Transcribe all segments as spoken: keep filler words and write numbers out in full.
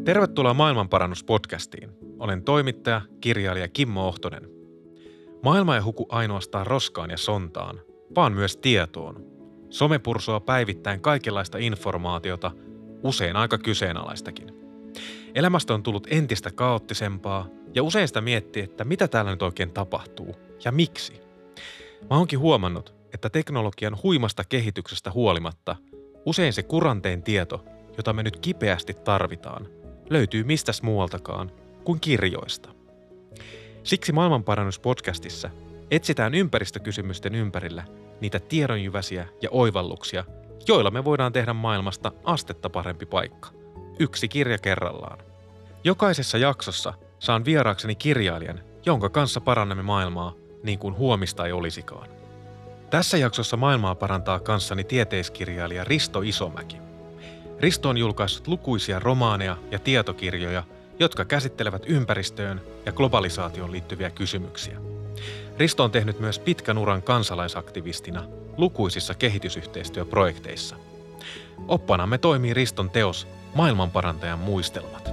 Tervetuloa Maailmanparannus-podcastiin. Olen toimittaja, kirjailija Kimmo Ohtonen. Maailma ei huku ainoastaan roskaan ja sontaan, vaan myös tietoon. Some pursoaa päivittäin kaikenlaista informaatiota, usein aika kyseenalaistakin. Elämästä on tullut entistä kaoottisempaa ja usein sitä miettii, että mitä täällä nyt oikein tapahtuu ja miksi. Mä oonkin huomannut, että teknologian huimasta kehityksestä huolimatta usein se kurantein tieto, jota me nyt kipeästi tarvitaan, löytyy mistäs muualtakaan kuin kirjoista. Siksi Maailmanparannus-podcastissa etsitään ympäristökysymysten ympärillä niitä tiedonjyväsiä ja oivalluksia, joilla me voidaan tehdä maailmasta astetta parempi paikka. Yksi kirja kerrallaan. Jokaisessa jaksossa saan vieraakseni kirjailijan, jonka kanssa parannamme maailmaa niin kuin huomista ei olisikaan. Tässä jaksossa maailmaa parantaa kanssani tieteiskirjailija Risto Isomäki. Risto on julkaissut lukuisia romaaneja ja tietokirjoja, jotka käsittelevät ympäristöön ja globalisaatioon liittyviä kysymyksiä. Risto on tehnyt myös pitkän uran kansalaisaktivistina lukuisissa kehitysyhteistyöprojekteissa. Oppanamme toimii Riston teos Maailmanparantajan muistelmat.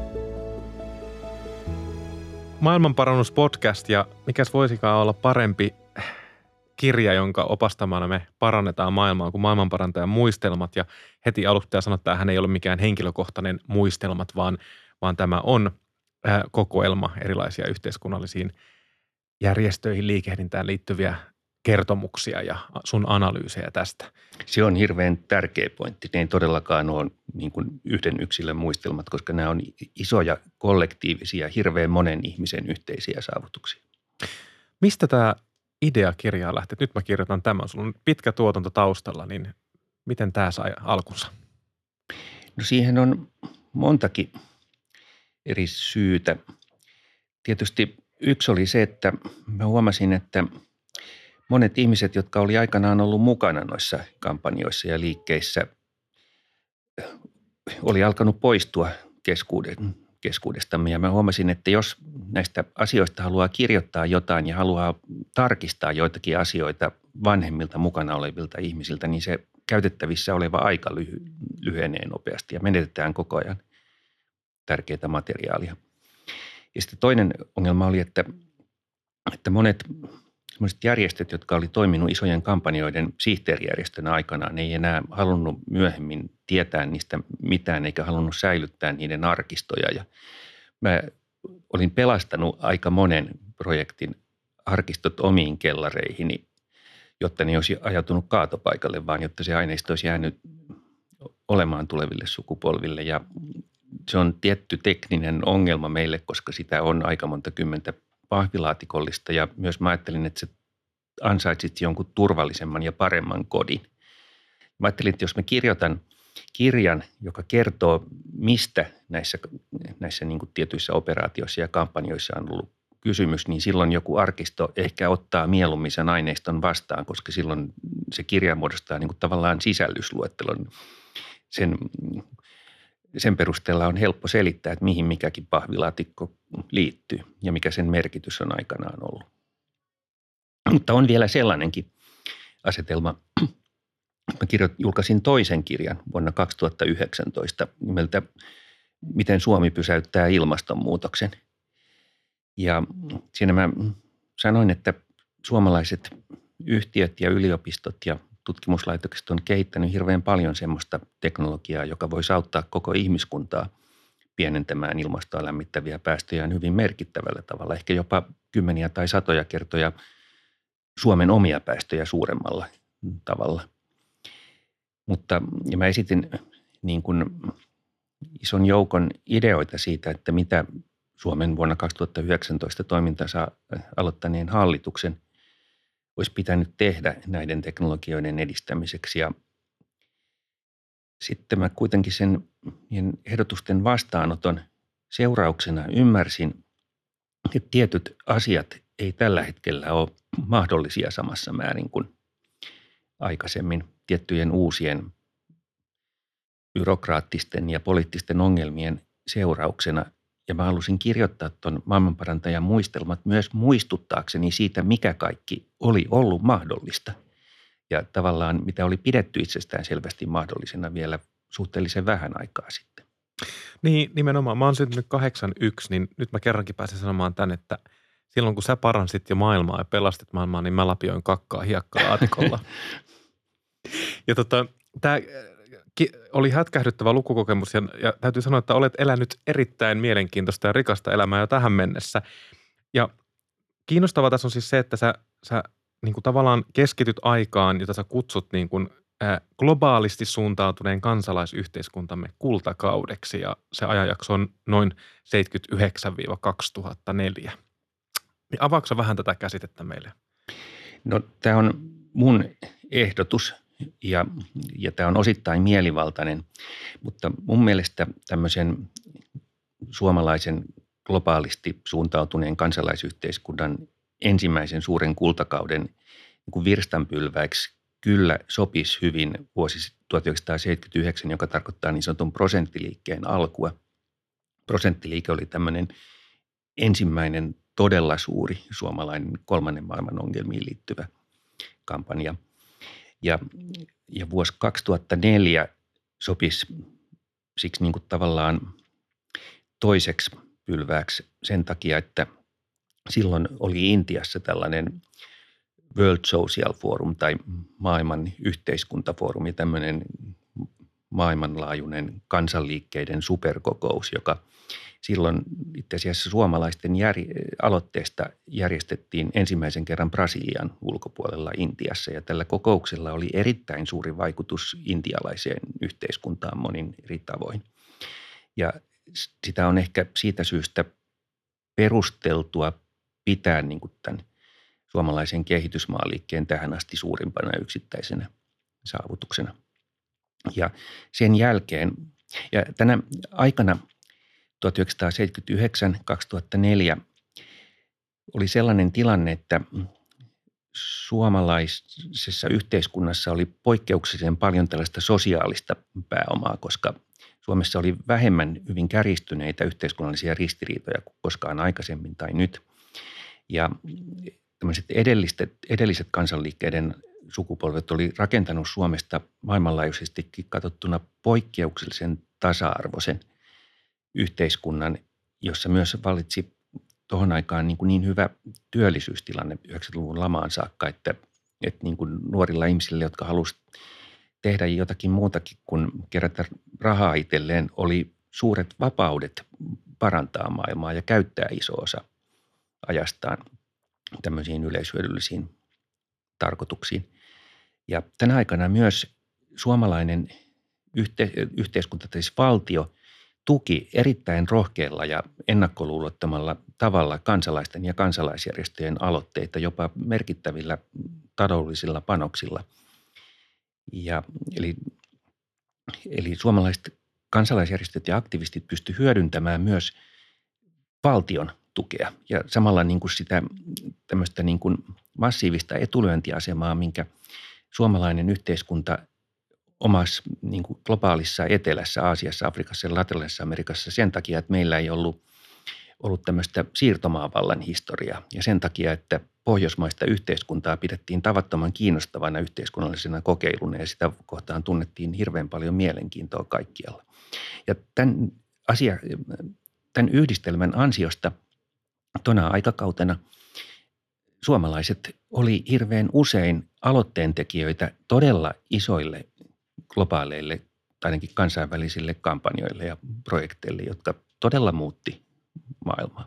Maailmanparannus-podcast ja mikäs voisikaan olla parempi kirja, jonka opastamana me parannetaan maailmaa kuin Maailmanparantajan muistelmat. Ja heti aluksi pitää sanoa, että tämähän ei ole mikään henkilökohtainen muistelmat, vaan, vaan tämä on äh, kokoelma erilaisia yhteiskunnallisiin järjestöihin, liikehdintään liittyviä kertomuksia ja sun analyysejä tästä. Se on hirveän tärkeä pointti. Ne ei todellakaan ole niin kuin yhden yksilön muistelmat, koska nämä on isoja kollektiivisia, hirveän monen ihmisen yhteisiä saavutuksia. Mistä tämä idea kirjaa lähti? Nyt mä kirjoitan tämän. Sulla on pitkä tuotanto taustalla, niin miten tämä sai alkunsa? No siihen on montakin eri syytä. Tietysti yksi oli se, että mä huomasin, että monet ihmiset, jotka oli aikanaan ollut mukana noissa kampanjoissa ja liikkeissä, oli alkanut poistua keskuudestamme. Ja mä huomasin, että jos näistä asioista haluaa kirjoittaa jotain ja haluaa tarkistaa joitakin asioita vanhemmilta mukana olevilta ihmisiltä, niin se käytettävissä oleva aika lyhy- lyhenee nopeasti ja menetetään koko ajan tärkeää materiaalia. Ja sitten toinen ongelma oli, että, että monet sellaiset järjestöt, jotka oli toiminut isojen kampanjoiden sihteerijärjestönä aikanaan, ei enää halunnut myöhemmin tietää niistä mitään eikä halunnut säilyttää niiden arkistoja. Ja mä olin pelastanut aika monen projektin arkistot omiin kellareihini, jotta ne olisi ajautunut kaatopaikalle, vaan jotta se aineisto olisi jäänyt olemaan tuleville sukupolville. Ja se on tietty tekninen ongelma meille, koska sitä on aika monta kymmentä pahvilaatikollista ja myös mä ajattelin, että sä ansaitsit jonkun turvallisemman ja paremman kodin. Mä ajattelin, että jos mä kirjoitan kirjan, joka kertoo, mistä näissä, näissä niin kuin tietyissä operaatioissa ja kampanjoissa on ollut kysymys, niin silloin joku arkisto ehkä ottaa mieluummin sen aineiston vastaan, koska silloin se kirja muodostaa niin kuin tavallaan sisällysluettelon. Sen, sen perusteella on helppo selittää, että mihin mikäkin pahvilaatikko liittyy ja mikä sen merkitys on aikanaan ollut. Mutta on vielä sellainenkin asetelma. Mä kirjoit, julkaisin toisen kirjan vuonna kaksituhattayhdeksäntoista nimeltä Miten Suomi pysäyttää ilmastonmuutoksen. Ja siinä mä sanoin, että suomalaiset yhtiöt ja yliopistot ja tutkimuslaitokset on kehittänyt hirveän paljon semmoista teknologiaa, joka voisi auttaa koko ihmiskuntaa pienentämään ilmastoa lämmittäviä päästöjään hyvin merkittävällä tavalla, ehkä jopa kymmeniä tai satoja kertoja Suomen omia päästöjä suuremmalla tavalla. Mutta ja mä esitin niin kuin ison joukon ideoita siitä, että mitä Suomen vuonna kaksituhattayhdeksäntoista toimintansa aloittaneen hallituksen olisi pitänyt tehdä näiden teknologioiden edistämiseksi. Ja sitten mä kuitenkin sen ehdotusten vastaanoton seurauksena ymmärsin, että tietyt asiat ei tällä hetkellä ole mahdollisia samassa määrin kuin aikaisemmin tiettyjen uusien byrokraattisten ja poliittisten ongelmien seurauksena. Ja mä halusin kirjoittaa tuon Maailmanparantajan muistelmat myös muistuttaakseni siitä, mikä kaikki oli ollut mahdollista. Ja tavallaan mitä oli pidetty itsestään selvästi mahdollisena vielä suhteellisen vähän aikaa sitten. Niin, nimenomaan. Mä oon syntynyt kahdeksankymmentäyksi, niin nyt mä kerrankin pääsen sanomaan tän, että silloin kun sä paransit jo maailmaa ja pelastit maailmaa, niin mä lapioin kakkaa hiekkalaatikolla. Ja tota, tää oli hätkähdyttävä lukukokemus ja, ja täytyy sanoa, että olet elänyt erittäin mielenkiintoista ja rikasta elämää jo tähän mennessä. Ja kiinnostavaa tässä on siis se, että sä, sä niin kuin tavallaan keskityt aikaan, jota sä kutsut niin kuin, ää, globaalisti suuntautuneen kansalaisyhteiskuntamme kultakaudeksi ja se ajanjakso on noin seitsemänkymmentäyhdeksän kaksituhattaneljä. Niin avaatko vähän tätä käsitettä meille? No tämä on mun ehdotus ja, ja tämä on osittain mielivaltainen, mutta mun mielestä tämmöisen suomalaisen globaalisti suuntautuneen kansalaisyhteiskunnan ensimmäisen suuren kultakauden niin kuin virstanpylväiksi kyllä sopisi hyvin vuosi tuhatyhdeksänsataaseitsemänkymmentäyhdeksän, joka tarkoittaa niin sanotun prosenttiliikkeen alkua. Prosenttiliike oli tämmöinen ensimmäinen todella suuri suomalainen kolmannen maailman ongelmiin liittyvä kampanja. Ja, ja vuosi kaksituhattaneljä sopisi siksi niin kuin tavallaan toiseksi pylvääksi sen takia, että silloin oli Intiassa tällainen World Social Forum tai maailman yhteiskuntafoorumi, tämmöinen maailmanlaajuinen kansanliikkeiden superkokous, joka silloin itse asiassa suomalaisten jär, aloitteesta järjestettiin ensimmäisen kerran Brasilian ulkopuolella Intiassa. Ja tällä kokouksella oli erittäin suuri vaikutus intialaiseen yhteiskuntaan monin eri tavoin. Ja sitä on ehkä siitä syystä perusteltua pitää niin kuin tämän suomalaisen kehitysmaaliikkeen tähän asti suurimpana yksittäisenä saavutuksena. Ja sen jälkeen, ja tänä aikana tuhatyhdeksänsataaseitsemänkymmentäyhdeksän kaksituhattaneljä oli sellainen tilanne, että suomalaisessa yhteiskunnassa oli poikkeuksellisen paljon tällaista sosiaalista pääomaa, koska Suomessa oli vähemmän hyvin kärjistyneitä yhteiskunnallisia ristiriitoja kuin koskaan aikaisemmin tai nyt. Ja tämmöiset edelliset, edelliset kansanliikkeiden sukupolvet oli rakentanut Suomesta maailmanlaajuisestikin katsottuna poikkeuksellisen tasa-arvoisen yhteiskunnan, jossa myös vallitsi tuohon aikaan niin, kuin niin hyvä työllisyystilanne yhdeksänkymmentäluvun lamaan saakka, että, että niin kuin nuorilla ihmisillä, jotka halusivat tehdä jotakin muutakin kuin kerätä rahaa itselleen, oli suuret vapaudet parantaa maailmaa ja käyttää iso osa ajastaan tämmöisiin yleishyödyllisiin tarkoituksiin. Ja tänä aikana myös suomalainen yhte, yhteiskunta, siis valtio, tuki erittäin rohkealla ja ennakkoluulottomalla tavalla kansalaisten ja kansalaisjärjestöjen aloitteita jopa merkittävillä taloudellisilla panoksilla. Ja, eli, eli suomalaiset kansalaisjärjestöt ja aktivistit pystyivät hyödyntämään myös valtion tukea ja samalla niin kuin sitä tämmöistä niin kuin massiivista etulyöntiasemaa, minkä suomalainen yhteiskunta omassa niin kuin globaalissa etelässä, Aasiassa, Afrikassa ja Latinalaisessa Amerikassa sen takia, että meillä ei ollut, ollut tämmöistä siirtomaavallan historiaa ja sen takia, että pohjoismaista yhteiskuntaa pidettiin tavattoman kiinnostavana yhteiskunnallisena kokeiluna ja sitä kohtaan tunnettiin hirveän paljon mielenkiintoa kaikkialla. Ja tämän, asia, tämän yhdistelmän ansiosta tuona aikakautena suomalaiset oli hirveän usein aloitteentekijöitä todella isoille globaaleille tai ainakin kansainvälisille kampanjoille ja projekteille, jotka todella muutti maailmaa.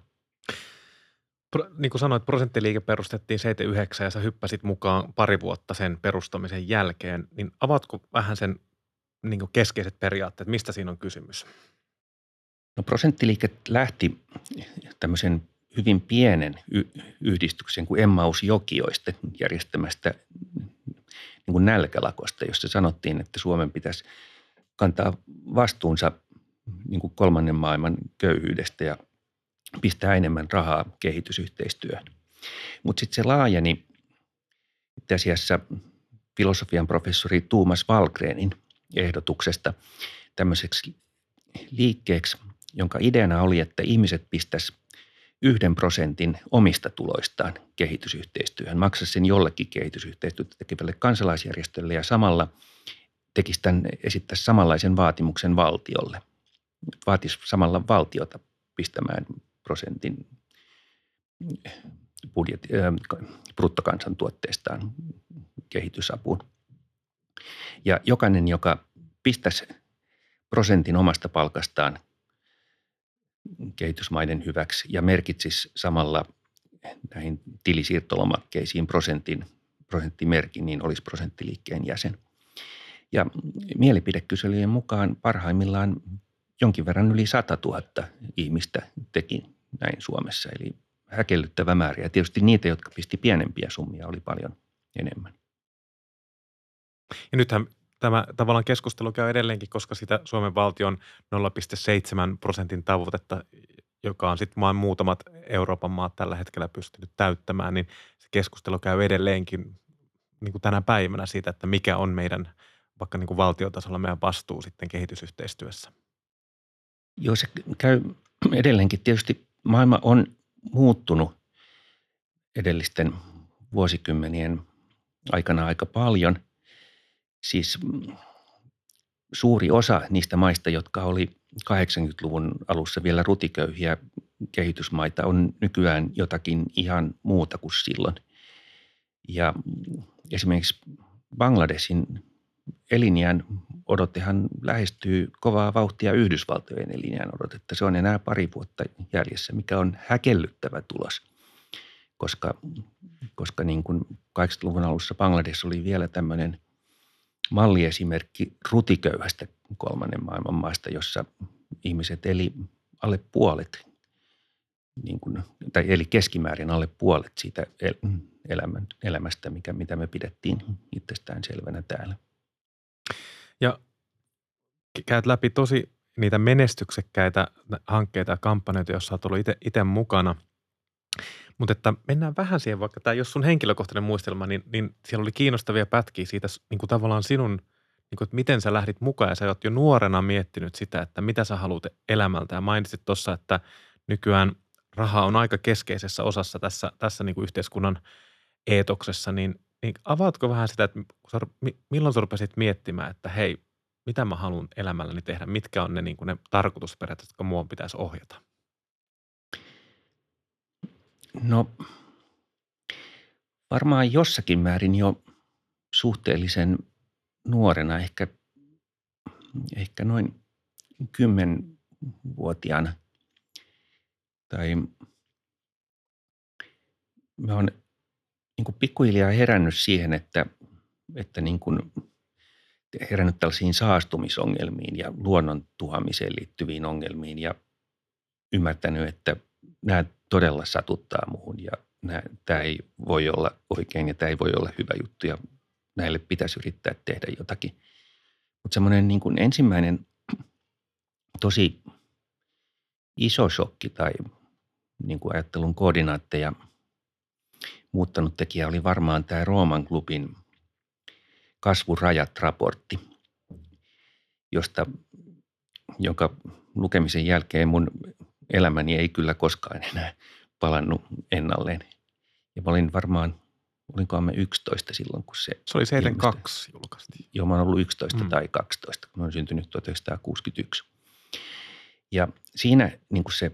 Niin kuin sanoit, prosenttiliike perustettiin seitsemänkymmentäyhdeksän ja sä hyppäsit mukaan pari vuotta sen perustamisen jälkeen. Niin avaatko vähän sen niin kuin keskeiset periaatteet, mistä siinä on kysymys? No prosenttiliike lähti tämmöisen hyvin pienen y- yhdistyksen kuin Emmaus-Jokioista järjestämästä niin kuin nälkälakosta, jossa sanottiin, että Suomen pitäisi kantaa vastuunsa niin kuin kolmannen maailman köyhyydestä ja pistää enemmän rahaa kehitysyhteistyöhön. Mutta sitten se laajeni itse asiassa filosofian professori Thomas Wallgrenin ehdotuksesta tämmöiseksi liikkeeksi, jonka ideana oli, että ihmiset pistäisi yhden prosentin omista tuloistaan kehitysyhteistyöhön, maksaisi sen jollekin kehitysyhteistyötä tekevälle kansalaisjärjestölle ja samalla tekisi tämän, esittäisi samanlaisen vaatimuksen valtiolle. vaatisi samalla valtiota pistämään prosentin budjet, bruttokansantuotteestaan kehitysapuun. Ja jokainen, joka pistäisi prosentin omasta palkastaan kehitysmaiden hyväksi ja merkitsisi samalla näihin tilisiirtolomakkeisiin prosentin, prosenttimerkin, niin olisi prosenttiliikkeen jäsen. Ja mielipidekyselyjen mukaan parhaimmillaan jonkin verran yli sata tuhatta ihmistä teki näin Suomessa, eli häkellyttävä määrä. Ja tietysti niitä, jotka pisti pienempiä summia, oli paljon enemmän. Ja nythän tämä tavallaan keskustelu käy edelleenkin, koska sitä Suomen valtion nolla pilkku seitsemän prosentin tavoitetta, joka on sitten vain muutamat Euroopan maat tällä hetkellä pystynyt täyttämään, niin se keskustelu käy edelleenkin niin kuin tänä päivänä siitä, että mikä on meidän vaikka niin kuin valtiotasolla meidän vastuu sitten kehitysyhteistyössä. Joo, se käy edelleenkin. Tietysti maailma on muuttunut edellisten vuosikymmenien aikana aika paljon. Siis suuri osa niistä maista, jotka oli kahdeksankymmentäluvun alussa vielä rutiköyhiä kehitysmaita, on nykyään jotakin ihan muuta kuin silloin. Ja esimerkiksi Bangladesin eliniän odotehan lähestyy kovaa vauhtia Yhdysvaltojen eliniän odotetta. Se on enää pari vuotta jäljessä, mikä on häkellyttävä tulos, koska, koska niin kuin kahdeksankymmentäluvun alussa Bangladesh oli vielä tämmöinen malliesimerkki rutiköyhästä kolmannen maailman maasta, jossa ihmiset eli alle puolet, niin kuin, tai eli keskimäärin alle puolet siitä elämän, elämästä, mikä, mitä me pidettiin itsestään selvänä täällä. Ja käyt läpi tosi niitä menestyksekkäitä hankkeita ja kampanjoita, joissa olet ollut itse mukana. Mutta että mennään vähän siihen, vaikka tämä jos sun henkilökohtainen muistelma, niin, niin siellä oli kiinnostavia pätkiä siitä niin kuin tavallaan sinun, niin kuin, että miten sä lähdit mukaan ja sä oot jo nuorena miettinyt sitä, että mitä sä haluat elämältä. Ja mainitsit tuossa, että nykyään raha on aika keskeisessä osassa tässä, tässä niin kuin yhteiskunnan eetoksessa, niin, niin avaatko vähän sitä, että milloin sä rupesit miettimään, että hei, mitä mä haluan elämälläni tehdä, mitkä on ne, niin kuin ne tarkoitusperät, jotka mua pitäisi ohjata? No varmaan jossakin määrin jo suhteellisen nuorena, ehkä, ehkä noin kymmenvuotiaana. Tai mä oon niin kuin pikkuhiljaa herännyt siihen, että, että niin kuin herännyt tällaisiin saastumisongelmiin ja luonnon tuhoamiseen liittyviin ongelmiin ja ymmärtänyt, että nämä todella satuttaa muuhun ja nämä, tämä ei voi olla oikein ja tämä ei voi olla hyvä juttu ja näille pitäisi yrittää tehdä jotakin. Mutta semmoinen niin kuin ensimmäinen tosi iso shokki tai niin kuin ajattelun koordinaatteja muuttanut tekijä oli varmaan tämä Rooman klubin kasvurajat-raportti, josta, jonka lukemisen jälkeen mun elämäni ei kyllä koskaan enää palannut ennalleen. Ja mä olin varmaan, olinkohan me yksitoista silloin, kun se... Se oli seitsemänkymmentäkaksi julkaistiin. Joo, mä olen ollut yksitoista mm. tai kaksitoista, kun mä olen syntynyt tuhatyhdeksänsataakuusikymmentäyksi. Ja siinä niin kuin se,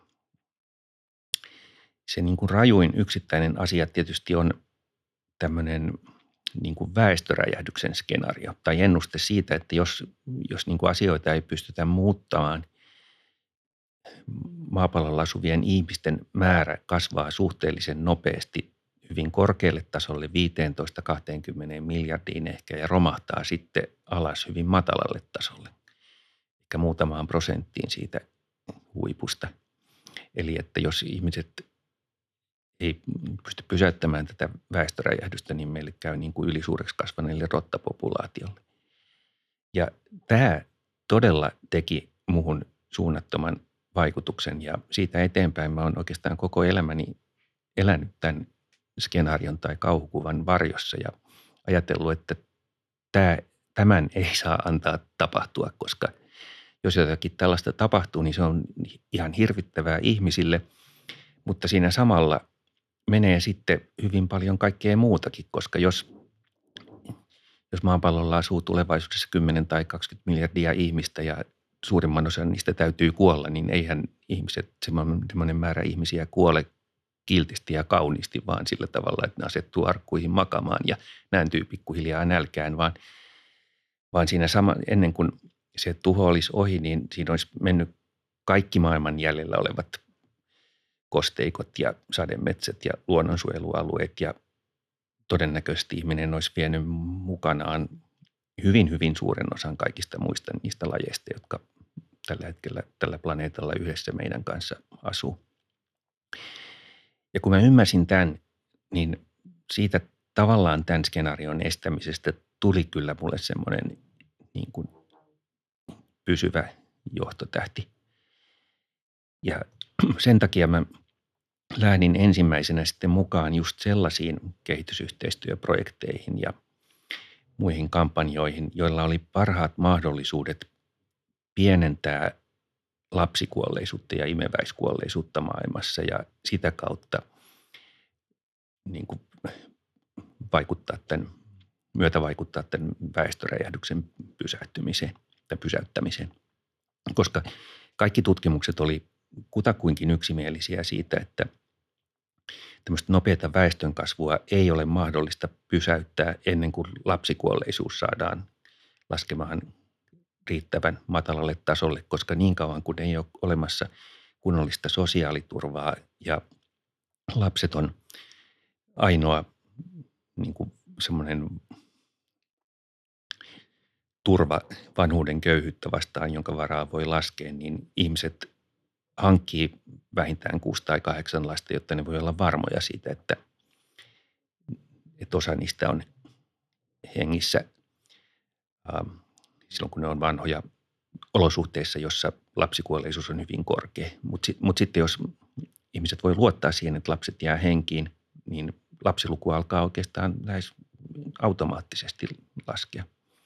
se niin kuin rajuin yksittäinen asia tietysti on tämmöinen niin kuin väestöräjähdyksen skenaario tai ennuste siitä, että jos, jos niin kuin asioita ei pystytä muuttamaan, maapallolla asuvien ihmisten määrä kasvaa suhteellisen nopeasti hyvin korkealle tasolle viisitoista kaksikymmentä miljardiin ehkä ja romahtaa sitten alas hyvin matalalle tasolle, ehkä muutamaan prosenttiin siitä huipusta. Eli että jos ihmiset ei pysty pysäyttämään tätä väestöräjähdystä, niin meille käy niin kuin ylisuureksi kasvaneille rottapopulaatiolle. Ja tämä todella teki muhun suunnattoman vaikutuksen ja siitä eteenpäin mä oon oikeastaan koko elämäni elänyt tämän skenaarion tai kauhukuvan varjossa ja ajatellut, että tämä, tämän ei saa antaa tapahtua, koska jos jotakin tällaista tapahtuu, niin se on ihan hirvittävää ihmisille, mutta siinä samalla menee sitten hyvin paljon kaikkea muutakin, koska jos, jos maapallolla asuu tulevaisuudessa kymmenen tai kaksikymmentä miljardia ihmistä ja suurimman osan niistä täytyy kuolla, niin eihän ihmiset, semmoinen määrä ihmisiä kuole kiltisti ja kauniisti vaan sillä tavalla, että ne asettuu arkkuihin makamaan ja nääntyy pikkuhiljaa nälkään, vaan, vaan siinä sama, ennen kuin se tuho olisi ohi, niin siinä olisi mennyt kaikki maailman jäljellä olevat kosteikot ja sademetsät ja luonnonsuojelualueet ja todennäköisesti ihminen olisi vienyt mukanaan hyvin, hyvin suuren osan kaikista muista niistä lajeista, jotka tällä hetkellä tällä planeetalla yhdessä meidän kanssa asuu. Ja kun mä ymmärsin tämän, niin siitä tavallaan tämän skenaarion estämisestä tuli kyllä mulle semmoinen niin kuin pysyvä johtotähti. Ja sen takia mä lähdin ensimmäisenä sitten mukaan just sellaisiin kehitysyhteistyöprojekteihin ja muihin kampanjoihin, joilla oli parhaat mahdollisuudet pienentää lapsikuolleisuutta ja imeväiskuolleisuutta maailmassa ja sitä kautta niin kuin vaikuttaa tämän, myötä vaikuttaa tämän väestöräjähdyksen pysähtymiseen tai pysäyttämiseen. Koska kaikki tutkimukset oli kutakuinkin yksimielisiä siitä, että tämmöistä nopeata väestönkasvua ei ole mahdollista pysäyttää ennen kuin lapsikuolleisuus saadaan laskemaan riittävän matalalle tasolle, koska niin kauan kun ei ole olemassa kunnollista sosiaaliturvaa ja lapset on ainoa niin kuin semmoinen turva vanhuuden köyhyyttä vastaan, jonka varaa voi laskea, niin ihmiset hankkii vähintään kuusi tai kahdeksan lasta, jotta ne voi olla varmoja siitä, että, että osa niistä on hengissä ähm, silloin, kun ne on vanhoja olosuhteissa, jossa lapsikuolleisuus on hyvin korkea. Mutta mut sitten jos ihmiset voi luottaa siihen, että lapset jää henkiin, niin lapsiluku alkaa oikeastaan lähes automaattisesti laskea.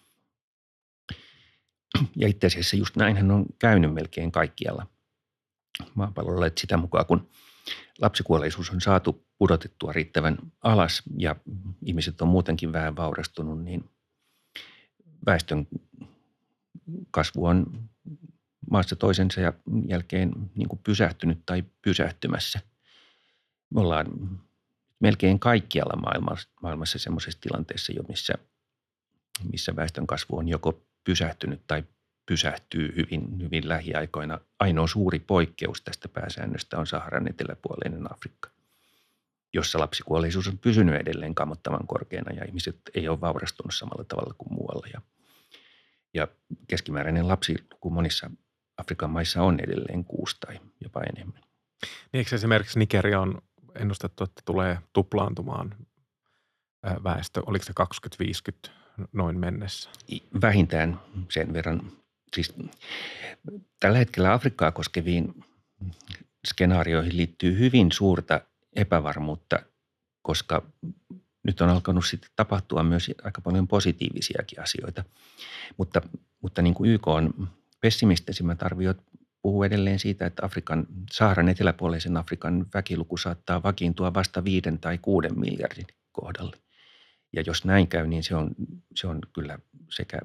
Ja itse asiassa just näinhän on käynyt melkein kaikkialla maapallolla, että sitä mukaan kun lapsikuolleisuus on saatu pudotettua riittävän alas ja ihmiset on muutenkin vähän vaurastunut, niin väestön kasvu on maassa toisensa ja jälkeen niin kuin pysähtynyt tai pysähtymässä. Me ollaan melkein kaikkialla maailmassa, maailmassa semmoisessa tilanteessa jo, missä, missä väestön kasvu on joko pysähtynyt tai pysähtyy hyvin, hyvin lähiaikoina. Ainoa suuri poikkeus tästä pääsäännöstä on Saharan eteläpuoleinen Afrikka, jossa lapsikuolleisuus on pysynyt edelleen kammottavan korkeana ja ihmiset ei ole vaurastunut samalla tavalla kuin muualla. Ja, ja keskimääräinen lapsiluku monissa Afrikan maissa on edelleen kuusi tai jopa enemmän. Niin eikö esimerkiksi Nigeria on ennustettu, että tulee tuplaantumaan väestö? Oliko se kaksikymmentä viisikymmentä noin mennessä? Vähintään sen verran. Siis tällä hetkellä Afrikkaa koskeviin skenaarioihin liittyy hyvin suurta epävarmuutta, koska nyt on alkanut sitten tapahtua myös aika paljon positiivisiakin asioita. Mutta, mutta niin kuin Y K on pessimistisimmät arviot puhuu edelleen siitä, että Afrikan, Saharan eteläpuoleisen Afrikan väkiluku saattaa vakiintua vasta viiden tai kuuden miljardin kohdalle. Ja jos näin käy, niin se on, se on kyllä sekä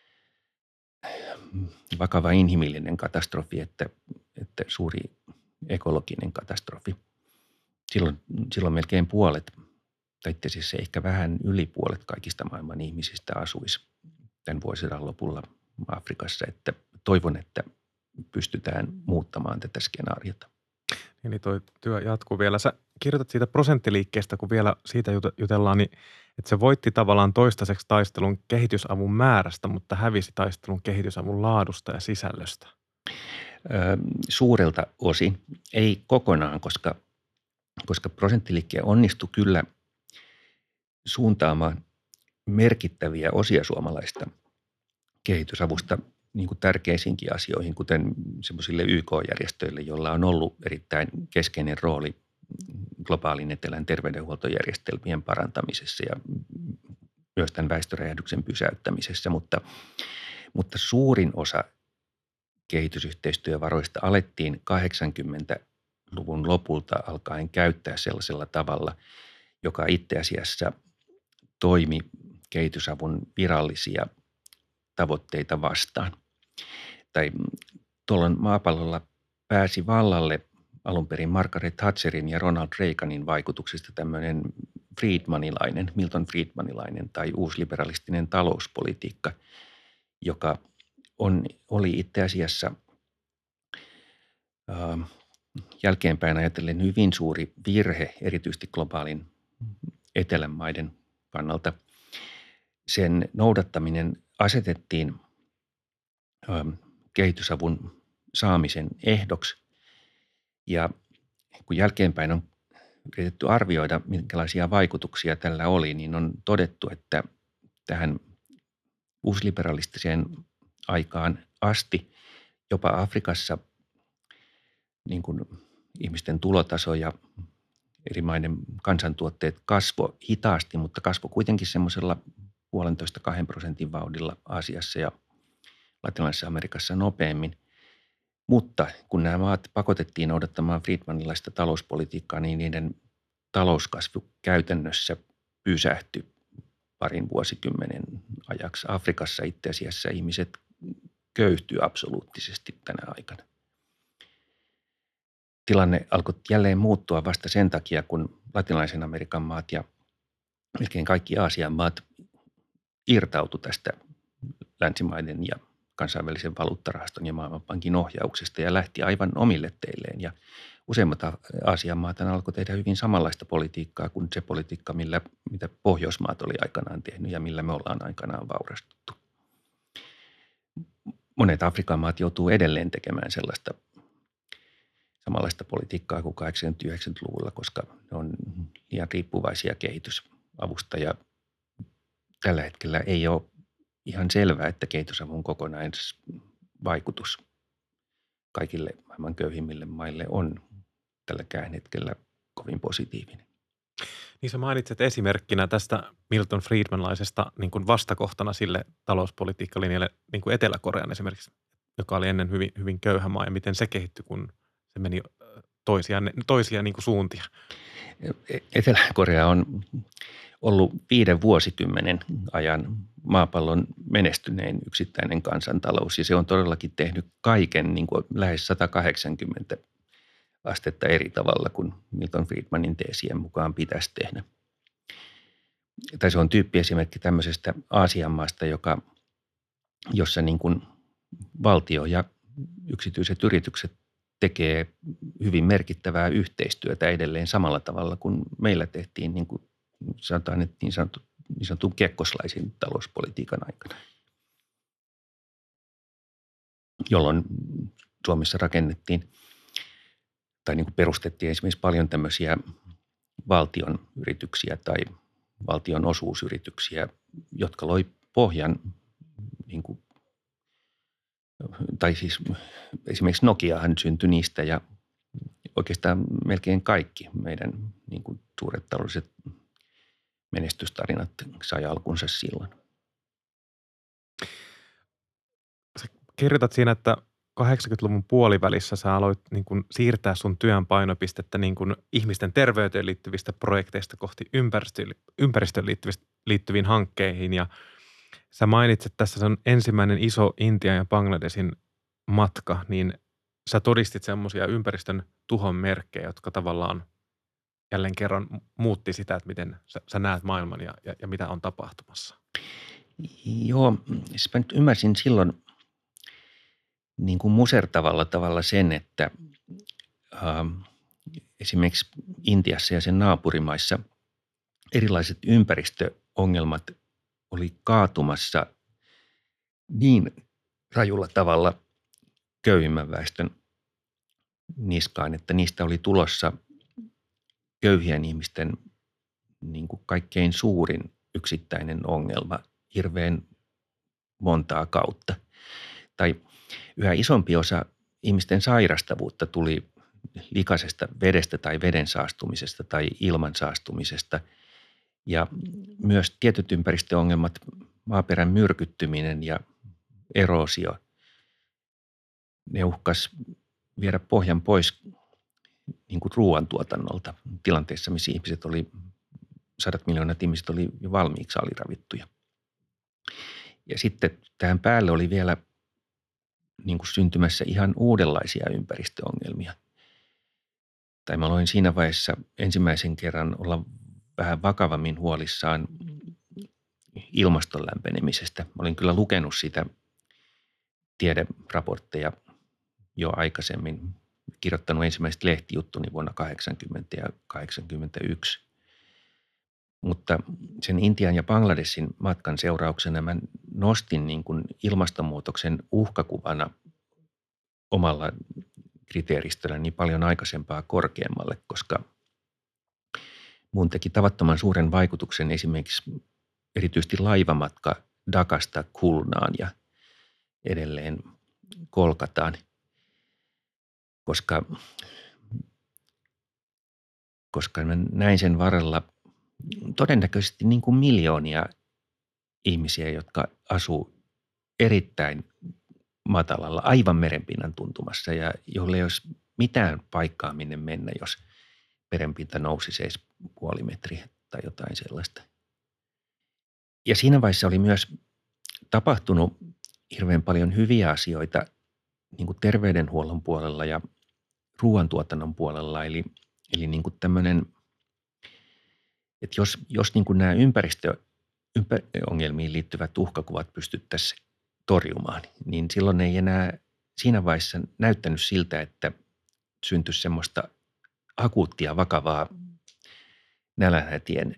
vakava inhimillinen katastrofi että, että suuri ekologinen katastrofi. Silloin, silloin melkein puolet, tai itse asiassa ehkä vähän yli puolet kaikista maailman ihmisistä asuisi tämän vuosisadan lopulla Afrikassa. Että toivon, että pystytään muuttamaan tätä skenaariota. Eli tuo työ jatkuu vielä. Sä kirjoitat siitä prosenttiliikkeestä, kun vielä siitä jutellaan, niin että se voitti tavallaan toistaiseksi taistelun kehitysavun määrästä, mutta hävisi taistelun kehitysavun laadusta ja sisällöstä. Öö, suurelta osin. Ei kokonaan, koska, koska prosenttiliikkeen onnistui kyllä suuntaamaan merkittäviä osia suomalaista kehitysavusta niin kuin tärkeisiinkin asioihin, kuten semmoisille Y K-järjestöille, joilla on ollut erittäin keskeinen rooli globaalin etelän terveydenhuoltojärjestelmien parantamisessa ja myös tämän väestöräjähdyksen pysäyttämisessä, mutta, mutta suurin osa kehitysyhteistyövaroista alettiin kahdeksankymmentäluvun lopulta alkaen käyttää sellaisella tavalla, joka itse asiassa toimi kehitysavun virallisia tavoitteita vastaan. tai tuolloin maapallolla pääsi vallalle alun perin Margaret Thatcherin ja Ronald Reaganin vaikutuksista tämmöinen Friedmanilainen, Milton Friedmanilainen tai uusliberalistinen talouspolitiikka, joka on, oli itse asiassa äh, jälkeenpäin ajatellen hyvin suuri virhe, erityisesti globaalin etelän maiden kannalta. Sen noudattaminen asetettiin äh, kehitysavun saamisen ehdoksi ja kun jälkeenpäin on yritetty arvioida, minkälaisia vaikutuksia tällä oli, niin on todettu, että tähän uusliberalistiseen aikaan asti jopa Afrikassa niin kuin ihmisten tulotaso ja eri maiden kansantuotteet kasvoi hitaasti, mutta kasvoi kuitenkin semmoisella puolentoista kahden prosentin vauhdilla Aasiassa ja Latinalaisessa Amerikassa nopeammin. Mutta kun nämä maat pakotettiin noudattamaan Friedmanilaista talouspolitiikkaa, niin niiden talouskasvu käytännössä pysähtyi parin vuosikymmenen ajaksi. Afrikassa itse asiassa ihmiset köyhtyy absoluuttisesti tänä aikana. Tilanne alkoi jälleen muuttua vasta sen takia, kun Latinalaisen Amerikan maat ja melkein kaikki Aasian maat irtautu tästä länsimaiden ja kansainvälisen valuuttarahaston ja Maailmanpankin ohjauksesta ja lähti aivan omille teilleen. Ja useimmat Aasian maat alkoi tehdä hyvin samanlaista politiikkaa kuin se politiikka, millä, mitä Pohjoismaat oli aikanaan tehnyt ja millä me ollaan aikanaan vaurastuttu. Monet Afrikan maat joutuu edelleen tekemään sellaista samanlaista politiikkaa kuin kahdeksankymmentä-yhdeksänkymmentäluvulla, koska ne on liian riippuvaisia kehitysavusta ja tällä hetkellä ei ole ihan selvää, että kehitysavun kokonaisvaikutus kaikille maailman köyhimmille maille on tälläkään hetkellä kovin positiivinen. Niin sä mainitset esimerkkinä tästä Milton Friedmanlaisesta niin kuin vastakohtana sille talouspolitiikkalinjalle niin kuin Etelä-Korean esimerkiksi, joka oli ennen hyvin, hyvin köyhä maa ja miten se kehittyi, kun se meni toisia, toisia niin kuin suuntia. Etelä-Korea on ollut viiden vuosikymmenen ajan maapallon menestynein yksittäinen kansantalous ja se on todellakin tehnyt kaiken niin kuin lähes sata kahdeksankymmentä astetta eri tavalla kuin Milton Friedmanin teesien mukaan pitäisi tehdä. Tai se on tyyppiesimerkki tämmöisestä Aasian maasta, joka, jossa niin kuin valtio ja yksityiset yritykset tekee hyvin merkittävää yhteistyötä edelleen samalla tavalla kuin meillä tehtiin niin kuin sanotaan, että niin sanottu, niin sanotun kekkoslaisen talouspolitiikan aikana, jolloin Suomessa rakennettiin tai niin kuin perustettiin esimerkiksi paljon tämmöisiä valtion yrityksiä tai valtion osuusyrityksiä, jotka loi pohjan, niin kuin, tai siis esimerkiksi Nokiahan syntyi niistä ja oikeastaan melkein kaikki meidän niin kuin suuret taloudelliset menestystarinat sai alkunsa silloin. Sä kirjoitat siinä, että kahdeksankymmentäluvun puolivälissä sä aloit niin kuin siirtää sun työn painopistettä niin kuin ihmisten terveyteen liittyvistä projekteista kohti ympäristöön, ympäristöön liittyviin hankkeihin. Ja sä mainitset tässä sun ensimmäinen iso Intian ja Bangladesin matka, niin sä todistit semmoisia ympäristön tuhon merkkejä, jotka tavallaan jälleen kerran muutti sitä, että miten sä, sä näet maailman ja, ja, ja mitä on tapahtumassa. Joo, siis mä nyt ymmärsin silloin niin kuin musertavalla tavalla sen, että äh, esimerkiksi Intiassa ja sen naapurimaissa erilaiset ympäristöongelmat oli kaatumassa niin rajulla tavalla köyhimmän väestön niskaan, että niistä oli tulossa köyhien ihmisten niin kuin kaikkein suurin yksittäinen ongelma hirveän montaa kautta. Tai yhä isompi osa ihmisten sairastavuutta tuli likaisesta vedestä tai veden saastumisesta tai ilman saastumisesta. Ja myös tietyt ympäristöongelmat, maaperän myrkyttyminen ja eroosio, ne uhkas viedä pohjan pois niin kuin ruoantuotannolta tilanteessa, missä ihmiset oli, sadat miljoonat ihmiset oli jo valmiiksi aliravittuja. Ja sitten tähän päälle oli vielä niin kuin syntymässä ihan uudenlaisia ympäristöongelmia. Tai mä aloin siinä vaiheessa ensimmäisen kerran olla vähän vakavammin huolissaan ilmaston lämpenemisestä. Mä olin kyllä lukenut sitä tiederaportteja jo aikaisemmin, kirjoittanut ensimmäiset lehtijuttuni vuonna kahdeksankymmentä ja kahdeksankymmentäyksi. Mutta sen Intian ja Bangladesin matkan seurauksena mä nostin niin kuin ilmastonmuutoksen uhkakuvana omalla kriteeristöllä niin paljon aikaisempaa korkeammalle, koska mun teki tavattoman suuren vaikutuksen esimerkiksi erityisesti laivamatka Dhakasta Khulnaan ja edelleen Kolkataan, koska, koska mä näin sen varrella todennäköisesti niin kuin miljoonia ihmisiä, jotka asuu erittäin matalalla, aivan merenpinnan tuntumassa ja jolle ei olisi mitään paikkaa minne mennä, jos merenpinta nousisi edes puoli metriä tai jotain sellaista. Ja siinä vaiheessa oli myös tapahtunut hirveän paljon hyviä asioita niin kuin terveydenhuollon puolella ja ruoantuotannon puolella. Eli, eli niin kuin tämmöinen, että jos, jos niin kuin nämä ympäristöongelmiin liittyvät uhkakuvat pystyttäisiin torjumaan, niin silloin ei enää siinä vaiheessa näyttänyt siltä, että syntyisi semmoista akuuttia, vakavaa nälänhätien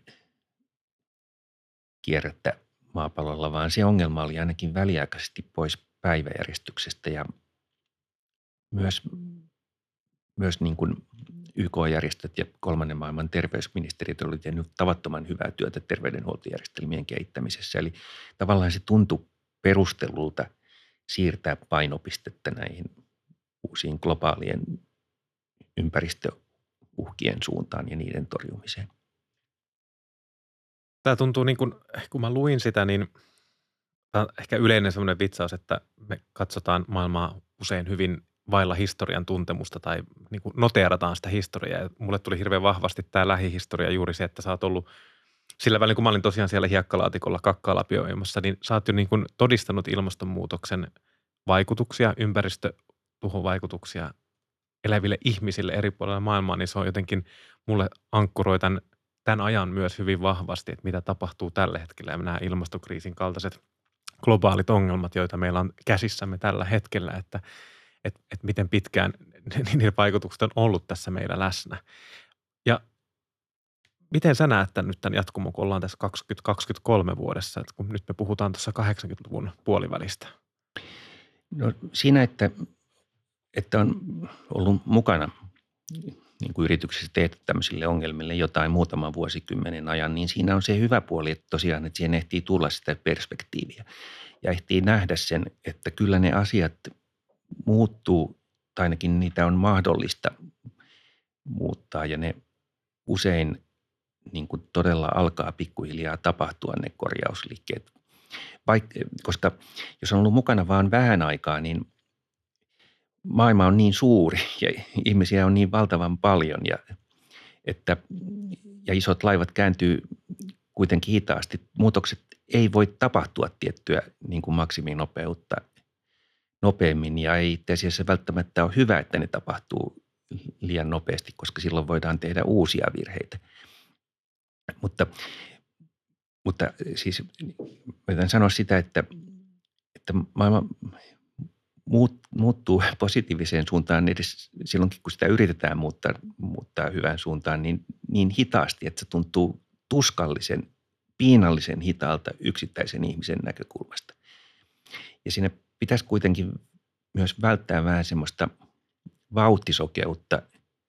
kierrettä maapallolla, vaan se ongelma oli ainakin väliaikaisesti pois päiväjärjestyksestä ja myös, myös niin kuin Y K-järjestöt ja kolmannen maailman terveysministeriöt olivat tehneet tavattoman hyvää työtä terveydenhuoltojärjestelmien kehittämisessä. Eli tavallaan se tuntui perustelulta siirtää painopistettä näihin uusiin globaalien ympäristöuhkien suuntaan ja niiden torjumiseen. Tämä tuntuu niin kuin, kun mä luin sitä, niin tämä on ehkä yleinen semmoinen vitsaus, että me katsotaan maailmaa usein hyvin vailla historian tuntemusta tai niin kuin noteerataan sitä historiaa. Ja mulle tuli hirveän vahvasti tämä lähihistoria juuri se, että sä oot ollut sillä välin, kun mä olin tosiaan siellä hiekkalaatikolla kakkaa-lapioimassa, niin sä oot jo niin kuin todistanut ilmastonmuutoksen vaikutuksia, ympäristötuhon vaikutuksia eläville ihmisille eri puolilla maailmaa, niin se on jotenkin, mulle ankkuroi tämän, tämän ajan myös hyvin vahvasti, että mitä tapahtuu tällä hetkellä ja nämä ilmastokriisin kaltaiset globaalit ongelmat, joita meillä on käsissämme tällä hetkellä, että että et miten pitkään niiden vaikutukset on ollut tässä meillä läsnä. Ja miten sä näet tämän nyt tämän jatkumon, kun ollaan tässä kaksituhattakaksikymmentäkolme vuodessa, että kun nyt me puhutaan tuossa kahdeksankymmentäluvun puolivälistä? No siinä, että, että on ollut mukana niin kuin yrityksessä tehdä tämmöisille ongelmille jotain muutaman vuosikymmenen ajan, niin siinä on se hyvä puoli, että tosiaan, että siihen ehtii tulla sitä perspektiiviä ja ehtii nähdä sen, että kyllä ne asiat muuttuu, tai ainakin niitä on mahdollista muuttaa ja ne usein niin kuin todella alkaa pikkuhiljaa tapahtua ne korjausliikkeet. Vaik- koska jos on ollut mukana vaan vähän aikaa, niin maailma on niin suuri ja ihmisiä on niin valtavan paljon ja, että, ja isot laivat kääntyy kuitenkin hitaasti. Muutokset ei voi tapahtua tiettyä niin kuin maksiminopeutta nopeammin ja ei itse asiassa välttämättä ole hyvä, että ne tapahtuu liian nopeasti, koska silloin voidaan tehdä uusia virheitä. Mutta, mutta siis voidaan sanoa sitä, että, että maailma muut, muuttuu positiiviseen suuntaan edes silloinkin, kun sitä yritetään muuttaa, muuttaa hyvään suuntaan, niin, niin hitaasti, että se tuntuu tuskallisen, piinallisen hitaalta yksittäisen ihmisen näkökulmasta. Ja siinä pitäisi kuitenkin myös välttää vähän semmoista vauhtisokeutta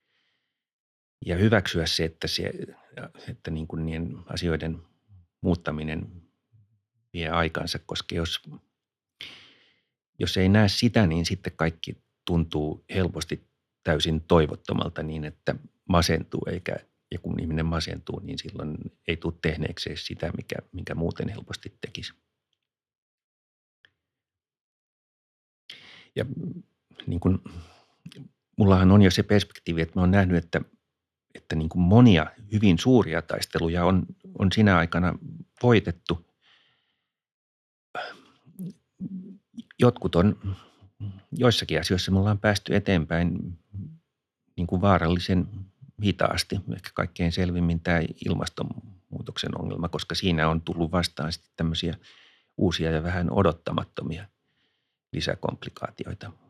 ja hyväksyä se, että, se, että niin kuin niiden asioiden muuttaminen vie aikansa, koska jos, jos ei näe sitä, niin sitten kaikki tuntuu helposti täysin toivottomalta niin, että masentuu, eikä, ja kun ihminen masentuu, niin silloin ei tule tehneeksi sitä, mikä, minkä muuten helposti tekisi. Ja niin kuin, mullahan on jo se perspektiivi, että mä oon nähnyt, että, että niin kuin monia hyvin suuria taisteluja on, on sinä aikana voitettu. Jotkut on joissakin asioissa me ollaan päästy eteenpäin niin kuin vaarallisen hitaasti. Ehkä kaikkein selvimmin tämä ilmastonmuutoksen ongelma, koska siinä on tullut vastaan sitten tämmöisiä uusia ja vähän odottamattomia lisäkomplikaatioita.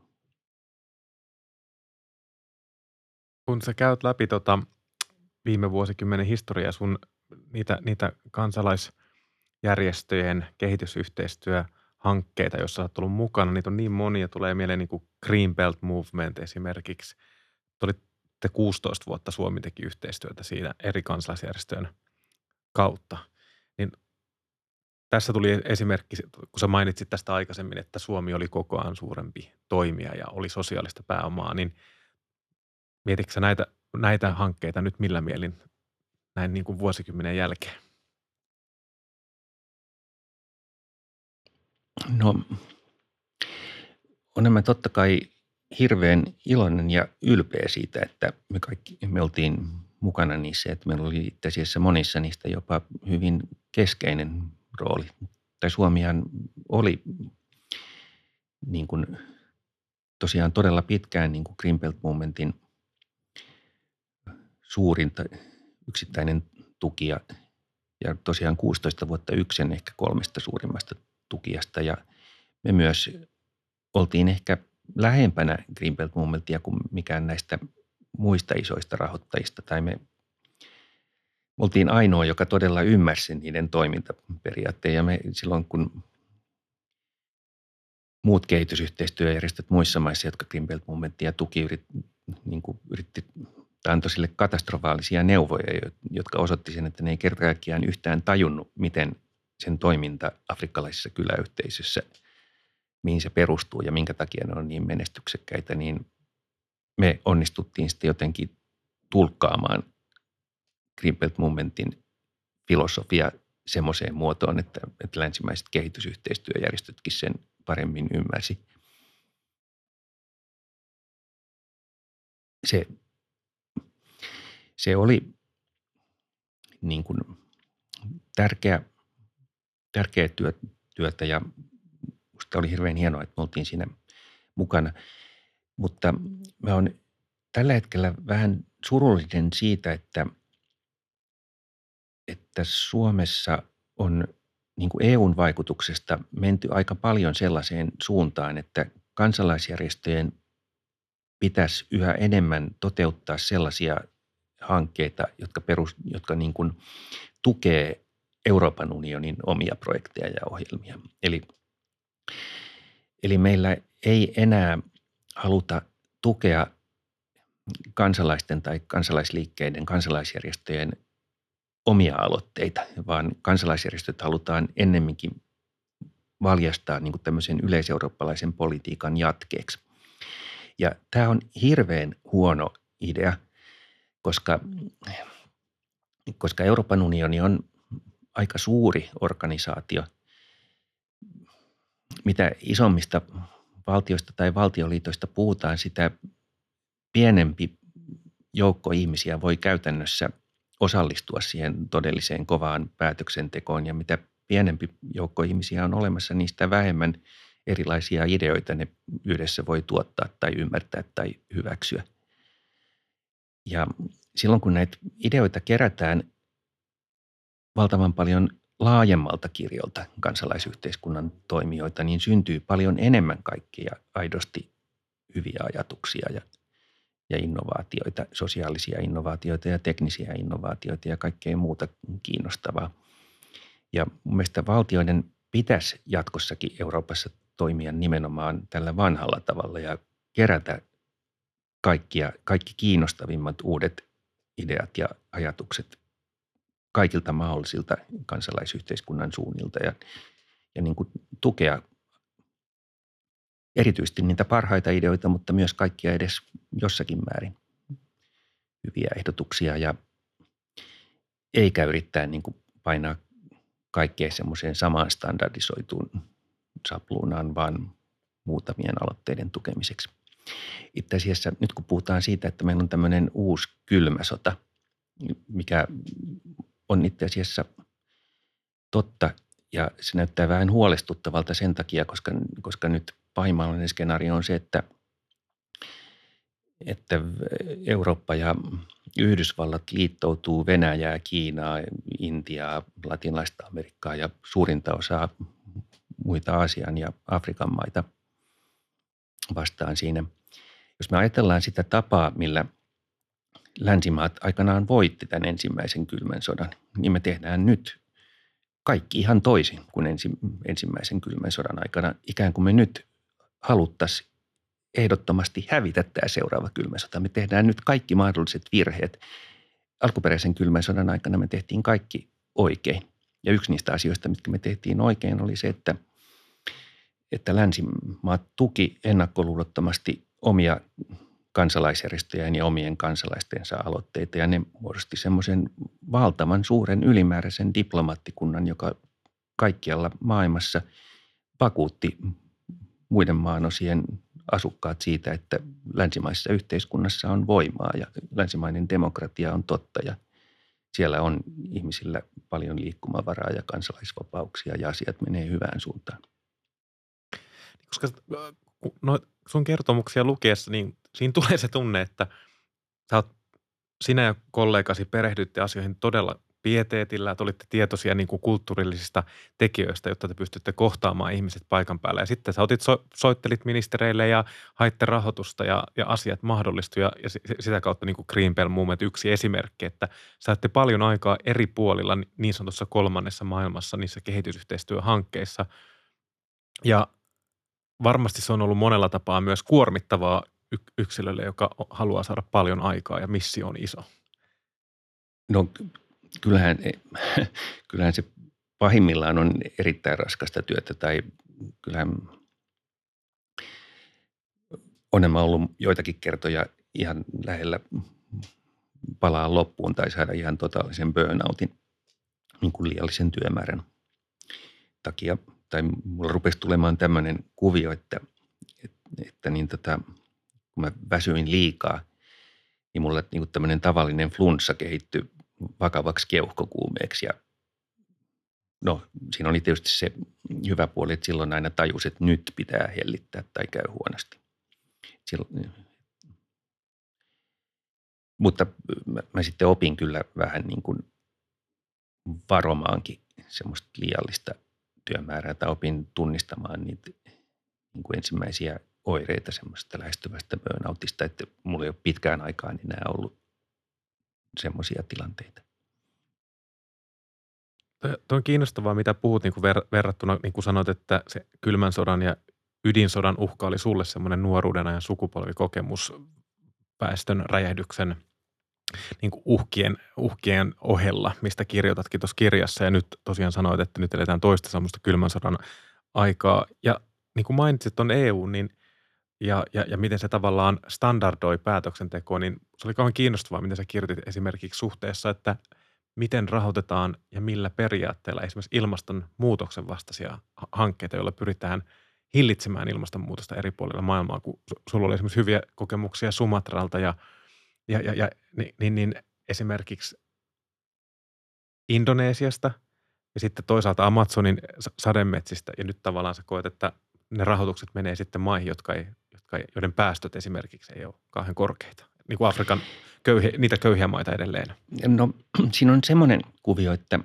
Kun sä käyt läpi tota viime vuosikymmenen historiaa, sun niitä, niitä kansalaisjärjestöjen kehitysyhteistyöhankkeita, joissa olet ollut mukana, niitä on niin monia, tulee mieleen niin kuin Green Belt Movement esimerkiksi. Te olitte kuusitoista vuotta, Suomi teki yhteistyötä siinä eri kansalaisjärjestöjen kautta. Niin tässä tuli esimerkki, kun sä mainitsit tästä aikaisemmin, että Suomi oli kokoaan suurempi toimija ja oli sosiaalista pääomaa, niin mietitkö sä näitä, näitä hankkeita nyt millä mielin näin niin kuin vuosikymmenen jälkeen? No, olen mä totta kai hirveän iloinen ja ylpeä siitä, että me kaikki me oltiin mukana niissä, että meillä oli itse asiassa monissa niistä jopa hyvin keskeinen rooli. Tai Suomihan oli niin kuin tosiaan todella pitkään niin kuin Green Belt Movementin suurin yksittäinen tukija ja tosiaan kuusitoista vuotta yksin ehkä kolmesta suurimmasta tukijasta ja me myös oltiin ehkä lähempänä Green Belt Movementia kuin mikään näistä muista isoista rahoittajista tai me oltiin ainoa, joka todella ymmärsi niiden toimintaperiaatteen ja me silloin kun muut kehitysyhteistyöjärjestöt muissa maissa, jotka Green Belt Movementia tuki, yrit, niin kuin yritti tai antoi sille katastrofaalisia neuvoja, jotka osoitti sen, että ne ei kerta kaikkiaan yhtään tajunnut, miten sen toiminta afrikkalaisessa kyläyhteisössä, mihin se perustuu ja minkä takia ne on niin menestyksekkäitä, niin me onnistuttiin sitten jotenkin tulkkaamaan Green Belt Movementin filosofia semmoiseen muotoon, että, että länsimaiset kehitysyhteistyöjärjestötkin sen paremmin ymmärsi. Se, se oli niin kuin tärkeä, tärkeä työ, työtä ja musta oli hirveän hienoa, että me oltiin siinä mukana. Mutta mä oon tällä hetkellä vähän surullinen siitä, että, että Suomessa on niin kuin E U:n vaikutuksesta menty aika paljon sellaiseen suuntaan, että kansalaisjärjestöjen pitäisi yhä enemmän toteuttaa sellaisia hankkeita, jotka, perus, jotka niin kuin tukee Euroopan unionin omia projekteja ja ohjelmia. Eli, eli meillä ei enää haluta tukea kansalaisten tai kansalaisliikkeiden, kansalaisjärjestöjen omia aloitteita, vaan kansalaisjärjestöt halutaan ennemminkin valjastaa niin kuin tämmöisen yleiseurooppalaisen politiikan jatkeeksi. Ja tämä on hirveän huono idea, koska, koska Euroopan unioni on aika suuri organisaatio. Mitä isommista valtioista tai valtioliitoista puhutaan, sitä pienempi joukko ihmisiä voi käytännössä osallistua siihen todelliseen kovaan päätöksentekoon. Ja mitä pienempi joukko ihmisiä on olemassa, niin sitä vähemmän erilaisia ideoita ne yhdessä voi tuottaa tai ymmärtää tai hyväksyä. Ja silloin kun näitä ideoita kerätään valtavan paljon laajemmalta kirjolta kansalaisyhteiskunnan toimijoita, niin syntyy paljon enemmän kaikkia aidosti hyviä ajatuksia ja, ja innovaatioita, sosiaalisia innovaatioita ja teknisiä innovaatioita ja kaikkea muuta kiinnostavaa. Ja mun mielestä valtioiden pitäisi jatkossakin Euroopassa toimia nimenomaan tällä vanhalla tavalla ja kerätä kaikkia, kaikki kiinnostavimmat uudet ideat ja ajatukset kaikilta mahdollisilta kansalaisyhteiskunnan suunnilta ja, ja niin kuin tukea erityisesti niitä parhaita ideoita, mutta myös kaikkia edes jossakin määrin hyviä ehdotuksia ja eikä yrittää niin kuin painaa kaikkea semmoiseen samaan standardisoituun sapluunaan, vaan muutamien aloitteiden tukemiseksi. Itse asiassa nyt kun puhutaan siitä, että meillä on tämmöinen uusi kylmä sota, mikä on itse asiassa totta ja se näyttää vähän huolestuttavalta sen takia, koska, koska nyt pahimmallinen skenaario on se, että, että Eurooppa ja Yhdysvallat liittoutuu Venäjää, Kiinaa, Intiaa, Latinalaista Amerikkaa ja suurinta osaa muita Aasian ja Afrikan maita vastaan siinä. Jos me ajatellaan sitä tapaa, millä länsimaat aikanaan voitti tämän ensimmäisen kylmän sodan, niin me tehdään nyt kaikki ihan toisin kuin ensi, ensimmäisen kylmän sodan aikana. Ikään kuin me nyt haluttaisiin ehdottomasti hävitä tämä seuraava kylmä sota. Me tehdään nyt kaikki mahdolliset virheet. Alkuperäisen kylmän sodan aikana me tehtiin kaikki oikein. Ja yksi niistä asioista, mitkä me tehtiin oikein, oli se, että, että länsimaat tuki ennakkoluulottomasti omia kansalaisjärjestöjään ja omien kansalaistensa aloitteita. Ja ne muodosti semmoisen valtavan suuren ylimääräisen diplomaattikunnan, joka kaikkialla maailmassa vakuutti muiden maanosien asukkaat siitä, että länsimaisessa yhteiskunnassa on voimaa ja länsimainen demokratia on totta ja siellä on ihmisillä paljon liikkumavaraa ja kansalaisvapauksia ja asiat menee hyvään suuntaan. Koska no, sun kertomuksia lukiessa, niin siinä tulee se tunne, että sä oot, sinä ja kollegasi perehdytte asioihin todella pieteetillä, että olitte tietoisia niin kuin kulttuurillisista tekijöistä, jotta te pystytte kohtaamaan ihmiset paikan päällä. Ja sitten sä otit, so, soittelit ministereille ja haitte rahoitusta ja, ja asiat mahdollistui. Ja, ja sitä kautta niin kuin Green Bell Movement yksi esimerkki, että saatte paljon aikaa eri puolilla niin sanotussa kolmannessa maailmassa niissä kehitysyhteistyöhankkeissa. Ja varmasti se on ollut monella tapaa myös kuormittavaa yksilölle, joka haluaa saada paljon aikaa ja missio on iso. No kyllähän, kyllähän se pahimmillaan on erittäin raskasta työtä tai kyllähän olen mä ollut joitakin kertoja ihan lähellä palaa loppuun tai saada ihan totaalisen burnoutin niin kuin liiallisen työmäärän takia. Tai mulla rupesi tulemaan tämmöinen kuvio, että, että, että niin tota, kun mä väsyin liikaa, niin mulle niin kuin tämmöinen tavallinen flunssa kehittyi vakavaksi keuhkokuumeeksi. Ja no, siinä oli tietysti se hyvä puoli, että silloin aina tajus, että nyt pitää hellittää tai käy huonosti. Silloin, mutta mä, mä sitten opin kyllä vähän niin kuin varomaankin semmoista liiallista työmäärää tai opin tunnistamaan niitä niin kuin ensimmäisiä oireita semmoista lähestyvästä burnoutista, että mulla ei ole pitkään aikaan enää ollut semmoisia tilanteita. Tuo on kiinnostavaa, mitä puhut niin kuin ver- verrattuna, niin kuin sanoit, että se kylmän sodan ja ydinsodan uhka oli sulle semmoinen nuoruuden ajan sukupolvikokemus väestön räjähdyksen niin kuin uhkien, uhkien ohella, mistä kirjoitatkin tuossa kirjassa. Ja nyt tosiaan sanoit, että nyt eletään toista semmoista kylmän sodan aikaa. Ja niin kuin mainitsit tuon E U, niin ja, ja, ja miten se tavallaan standardoi päätöksentekoa, niin se oli kauhean kiinnostavaa, miten sä kirjoitit esimerkiksi suhteessa, että miten rahoitetaan ja millä periaatteella esimerkiksi ilmastonmuutoksen vastaisia hankkeita, joilla pyritään hillitsemään ilmastonmuutosta eri puolilla maailmaa, kun sulla oli esimerkiksi hyviä kokemuksia Sumatralta ja, ja, ja, ja niin, niin, niin esimerkiksi Indonesiasta ja sitten toisaalta Amazonin sademetsistä ja nyt tavallaan sä koet, että ne rahoitukset menee sitten maihin, jotka ei, jotka ei, joiden päästöt esimerkiksi ei ole kauhean korkeita, niin kuin Afrikan köyhiä, niitä köyhiä maita edelleen. No siinä on semmoinen kuvio, että,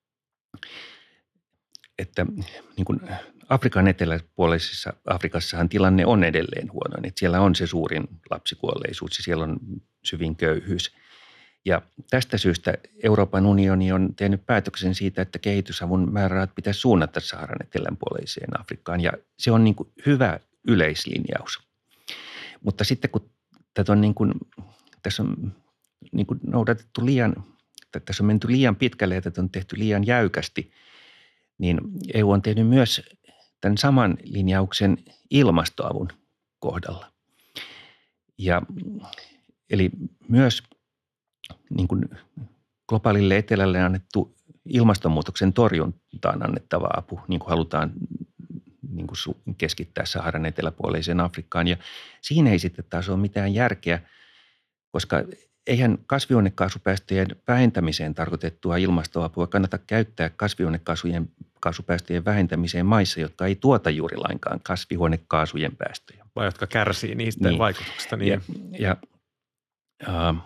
että niin kuin Afrikan eteläpuolisessa Afrikassahan tilanne on edelleen huono. Että siellä on se suurin lapsikuolleisuus ja siellä on syvin köyhyys. Ja tästä syystä Euroopan unioni on tehnyt päätöksen siitä, että kehitysavun määrärahat pitäisi suunnata Saharan etelänpuoleiseen Afrikkaan. Ja se on niin kuin hyvä yleislinjaus. Mutta sitten kun tätä on niin kuin, tässä on niin kuin noudatettu liian, tässä on menty liian pitkälle ja tätä on tehty liian jäykästi, niin E U on tehnyt myös tämän saman linjauksen ilmastoavun kohdalla. Ja, eli myös niin kuin globaalille etelälle annettu ilmastonmuutoksen torjuntaan annettava apu, niin kuin halutaan niin kuin keskittää Saharan eteläpuoleiseen Afrikkaan. Ja siinä ei sitten taas ole mitään järkeä, koska eihän kasvihuonekaasupäästöjen vähentämiseen tarkoitettua ilmastoapua kannata käyttää kasvihuonekaasujen kasvihuonekaasupäästöjen vähentämiseen maissa, jotka ei tuota juuri lainkaan kasvihuonekaasujen päästöjä. Vai jotka kärsii niistä niin. vaikutuksista. Niin. Ja, ja, äh,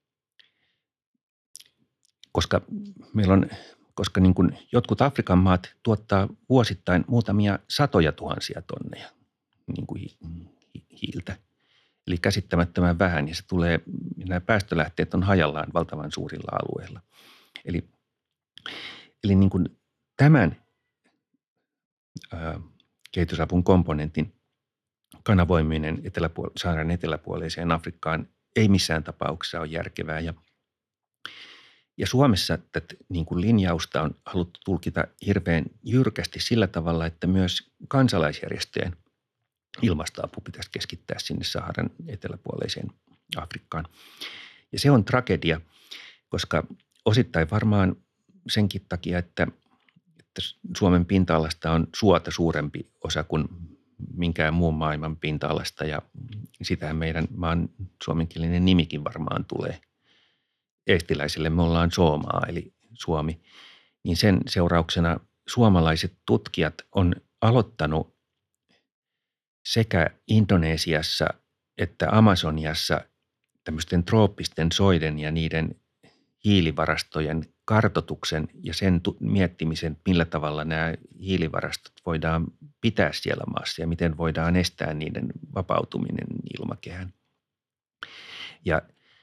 koska meillä on, koska niin kuin jotkut Afrikan maat tuottaa vuosittain muutamia satoja tuhansia tonneja niin kuin hiiltä. Eli käsittämättömän vähän, ja se tulee, nämä päästölähteet on hajallaan valtavan suurilla alueilla. Eli, eli niin kuin tämän ää, kehitysavun komponentin kanavoiminen eteläpuol- Saharan eteläpuoleiseen Afrikkaan ei missään tapauksessa ole järkevää. Ja, ja Suomessa tätä niin kuin linjausta on haluttu tulkita hirveän jyrkästi sillä tavalla, että myös kansalaisjärjestöjen ilmastoapu pitäisi keskittää sinne Saharan eteläpuoleiseen Afrikkaan. Ja se on tragedia, koska osittain varmaan senkin takia, että, että Suomen pinta-alasta on suota suurempi osa kuin minkään muun maailman pinta-alasta, ja sitähän meidän maan suomenkielinen nimikin varmaan tulee. Eestiläisille me ollaan Soomaa, eli Suomi. Niin sen seurauksena suomalaiset tutkijat on aloittanut sekä Indonesiassa että Amazoniassa tämmöisten trooppisten soiden ja niiden hiilivarastojen kartoituksen ja sen miettimisen, millä tavalla nämä hiilivarastot voidaan pitää siellä maassa ja miten voidaan estää niiden vapautuminen ilmakehään. Ja,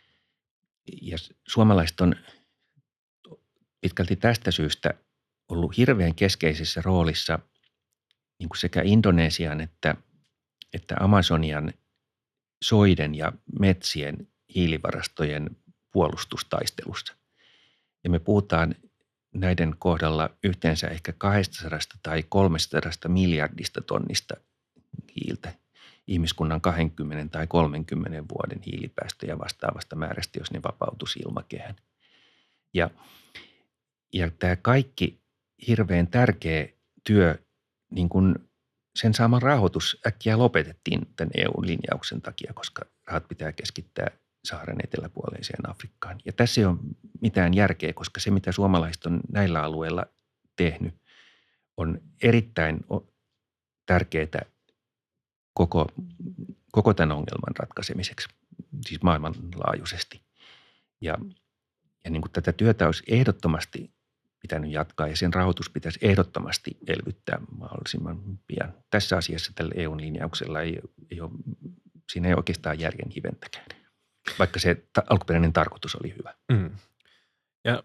ja suomalaiset on pitkälti tästä syystä ollut hirveän keskeisessä roolissa niin kuin sekä Indonesian että, että Amazonian soiden ja metsien hiilivarastojen puolustustaistelussa. Ja me puhutaan näiden kohdalla yhteensä ehkä kaksisataa tai kolmesataa miljardista tonnista hiiltä ihmiskunnan kaksikymmentä tai kolmekymmentä vuoden hiilipäästöjä vastaavasta määrästä, jos ne vapautuisi ilmakehään. Ja, ja tämä kaikki hirveän tärkeä työ, niin kuin sen saama rahoitus äkkiä lopetettiin tämän E U-linjauksen takia, koska rahat pitää keskittää Saharan eteläpuoleiseen Afrikkaan. Ja tässä ei ole mitään järkeä, koska se, mitä suomalaiset on näillä alueilla tehnyt, on erittäin tärkeää koko, koko tämän ongelman ratkaisemiseksi, siis maailmanlaajuisesti. Ja, ja niin kuin tätä työtä olisi ehdottomasti pitänyt jatkaa ja sen rahoitus pitäisi ehdottomasti elvyttää mahdollisimman pian. Tässä asiassa tällä E U-linjauksella ei, ei ole, siinä ei oikeastaan järjen hiventäkään, vaikka se ta- alkuperäinen tarkoitus oli hyvä. Mm. Ja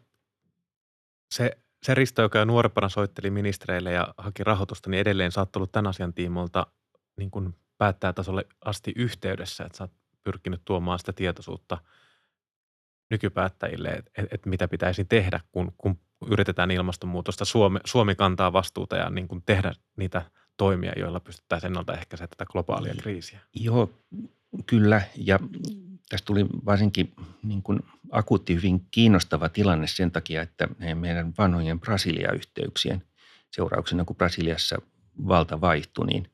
se, se Risto, joka jo nuorempana soitteli ministereille ja haki rahoitusta, niin edelleen sä oot ollut tämän asian tiimolta niin kuin päättäjätasolle asti yhteydessä, että sä oot pyrkinyt tuomaan sitä tietoisuutta nykypäättäjille, että et, et mitä pitäisi tehdä, kun, kun yritetään ilmastonmuutosta. Suomi, Suomi kantaa vastuuta ja niin kuin tehdä niitä toimia, joilla pystyttäisiin ennaltaehkäisemään tätä globaalia kriisiä. Joo, kyllä. Ja tästä tuli varsinkin niin kuin akuutti hyvin kiinnostava tilanne sen takia, että meidän vanhojen Brasilia-yhteyksien seurauksena, kun Brasiliassa valta vaihtui, niin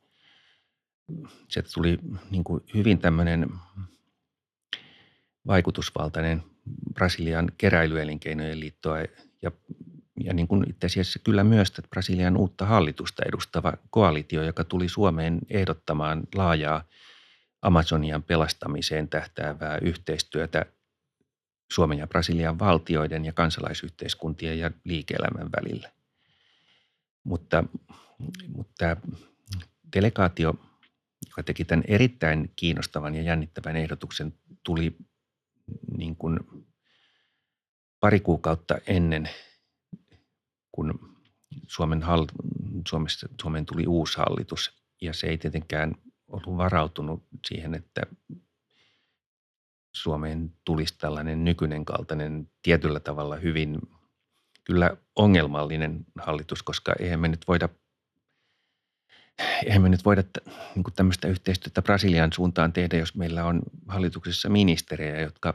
se tuli niin kuin hyvin tämmöinen vaikutusvaltainen Brasilian keräilyelinkeinojen liittoa ja, ja niin kuin itse asiassa kyllä myös Brasilian uutta hallitusta edustava koalitio, joka tuli Suomeen ehdottamaan laajaa Amazonian pelastamiseen tähtäävää yhteistyötä Suomen ja Brasilian valtioiden ja kansalaisyhteiskuntien ja liike-elämän välillä. Mutta, mutta tämä delegaatio, joka teki tämän erittäin kiinnostavan ja jännittävän ehdotuksen, tuli niin kuin pari kuukautta ennen, kun Suomen hall, Suomessa, Suomeen tuli uusi hallitus. Ja se ei tietenkään ollut varautunut siihen, että Suomeen tulisi tällainen nykyinen kaltainen tietyllä tavalla hyvin kyllä ongelmallinen hallitus, koska eihän me nyt voida, eihän me nyt voida niin kuin tämmöistä yhteistyötä Brasilian suuntaan tehdä, jos meillä on hallituksessa ministerejä, jotka,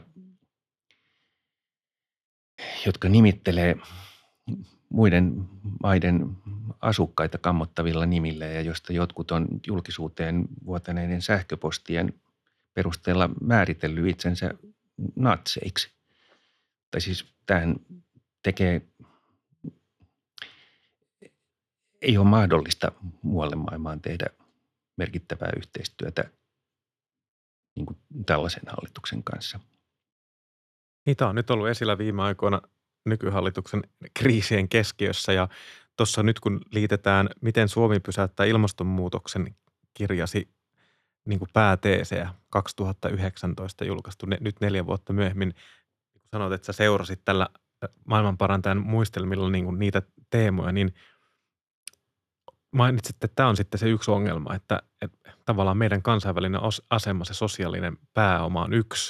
jotka nimittelee muiden maiden asukkaita kammottavilla nimillä ja josta jotkut on julkisuuteen vuotaneiden sähköpostien perusteella määritellyt itsensä natseiksi. Tai siis tämähän tekee, ei ole mahdollista muualle maailmaan tehdä merkittävää yhteistyötä niin kuin tällaisen hallituksen kanssa. Niitä on nyt ollut esillä viime aikoina nykyhallituksen kriisien keskiössä ja tuossa nyt kun liitetään, miten Suomi pysäyttää ilmastonmuutoksen, kirjasi niin kuin pääteesejä kaksituhattayhdeksäntoista julkaistu ne, nyt neljä vuotta myöhemmin. Kun sanoit, että sä seurasit tällä maailmanparantajan muistelmilla niin kuin niitä teemoja, niin mainitsit, että tämä on sitten se yksi ongelma, että, että tavallaan meidän kansainvälinen asema, se sosiaalinen pääoma on yksi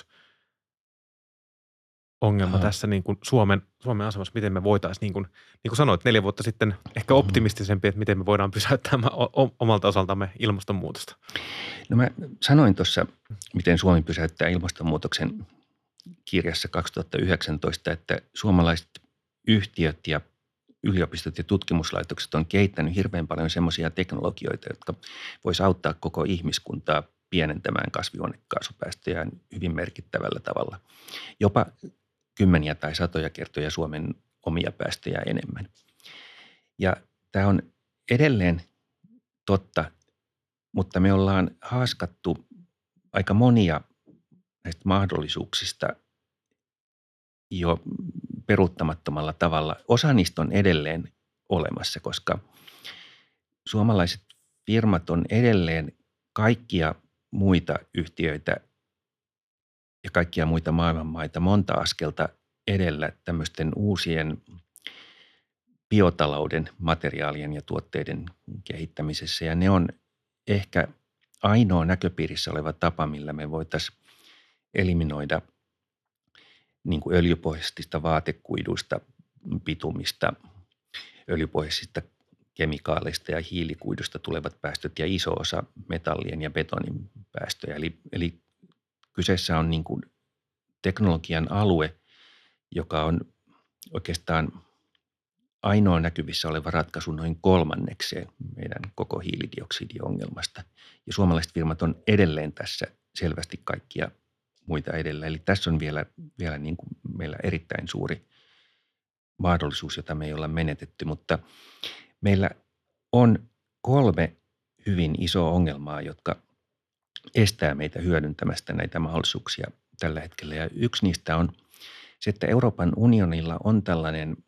ongelma Aha. tässä niin kuin Suomen, Suomen asemassa, miten me voitaisiin, niin kuin, niin kuin sanoit, neljä vuotta sitten ehkä optimistisempi, että miten me voidaan pysäyttää omalta osaltamme ilmastonmuutosta. No mä sanoin tuossa, miten Suomi pysäyttää ilmastonmuutoksen kirjassa kaksituhattayhdeksäntoista, että suomalaiset yhtiöt ja yliopistot ja tutkimuslaitokset on kehittänyt hirveän paljon semmoisia teknologioita, jotka vois auttaa koko ihmiskuntaa pienentämään kasvihuonekaasupäästöjä hyvin merkittävällä tavalla. Jopa kymmeniä tai satoja kertoja Suomen omia päästöjä enemmän. Ja tämä on edelleen totta, mutta me ollaan haaskattu aika monia näistä mahdollisuuksista jo peruuttamattomalla tavalla. Osa niistä on edelleen olemassa, koska suomalaiset firmat on edelleen kaikkia muita yhtiöitä ja kaikkia muita maailmanmaita monta askelta edellä tämmöisten uusien biotalouden materiaalien ja tuotteiden kehittämisessä. Ja ne on ehkä ainoa näköpiirissä oleva tapa, millä me voitaisiin eliminoida niin kuin öljypohjaisista vaatekuiduista, bitumista, öljypohjaisista kemikaaleista ja hiilikuidusta tulevat päästöt ja iso osa metallien ja betonin päästöjä. Eli, eli kyseessä on niin kuin teknologian alue, joka on oikeastaan ainoa näkyvissä oleva ratkaisu noin kolmannekseen meidän koko hiilidioksidiongelmasta. Ja suomalaiset firmat on edelleen tässä selvästi kaikkia muita edellä. Eli tässä on vielä, vielä niin kuin meillä erittäin suuri mahdollisuus, jota me ei olla menetetty, mutta meillä on kolme hyvin isoa ongelmaa, jotka estää meitä hyödyntämästä näitä mahdollisuuksia tällä hetkellä. Ja yksi niistä on se, että Euroopan unionilla on tällainen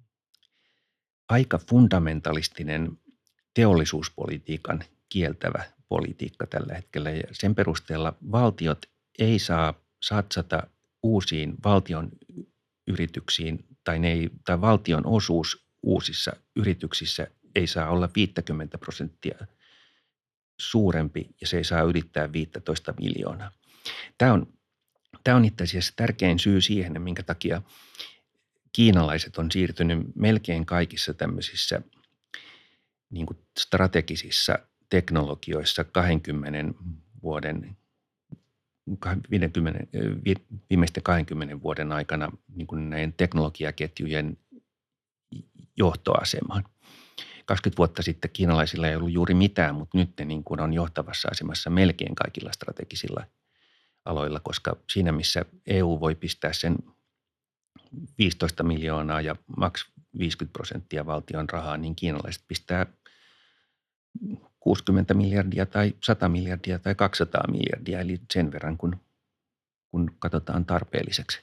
aika fundamentalistinen teollisuuspolitiikan kieltävä politiikka tällä hetkellä. Ja sen perusteella valtiot ei saa satsata uusiin valtion yrityksiin tai, ne ei, tai valtion osuus uusissa yrityksissä ei saa olla viisikymmentä prosenttia suurempi ja se ei saa ylittää viisitoista miljoonaa. Tämä on, tämä on itse asiassa tärkein syy siihen, minkä takia kiinalaiset on siirtynyt melkein kaikissa tämmöisissä niin kuin strategisissa teknologioissa kahdenkymmenen vuoden, viisikymmentä, viimeisten kahdenkymmenen vuoden aikana niin kuin näiden teknologiaketjujen johtoasemaan. kaksikymmentä vuotta sitten kiinalaisilla ei ollut juuri mitään, mutta nyt ne niin kuin on johtavassa asemassa melkein kaikilla strategisilla aloilla, koska siinä missä E U voi pistää sen viisitoista miljoonaa ja maks viisikymmentä prosenttia valtion rahaa, niin kiinalaiset pistää kuusikymmentä miljardia tai sata miljardia tai kaksisataa miljardia, eli sen verran kun, kun katsotaan tarpeelliseksi.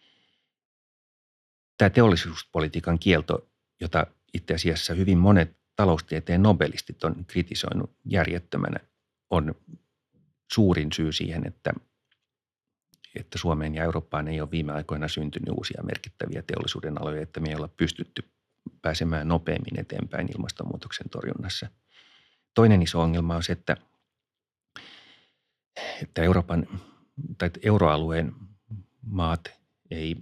Tämä teollisuuspolitiikan kielto, jota itse asiassa hyvin monet taloustieteen nobelistit on kritisoinut järjettömänä, on suurin syy siihen, että, että Suomeen ja Eurooppaan ei ole viime aikoina syntynyt uusia merkittäviä teollisuuden aloja, että me ei olla pystytty pääsemään nopeammin eteenpäin ilmastonmuutoksen torjunnassa. Toinen iso ongelma on se, että, että Euroopan tai euroalueen maat ei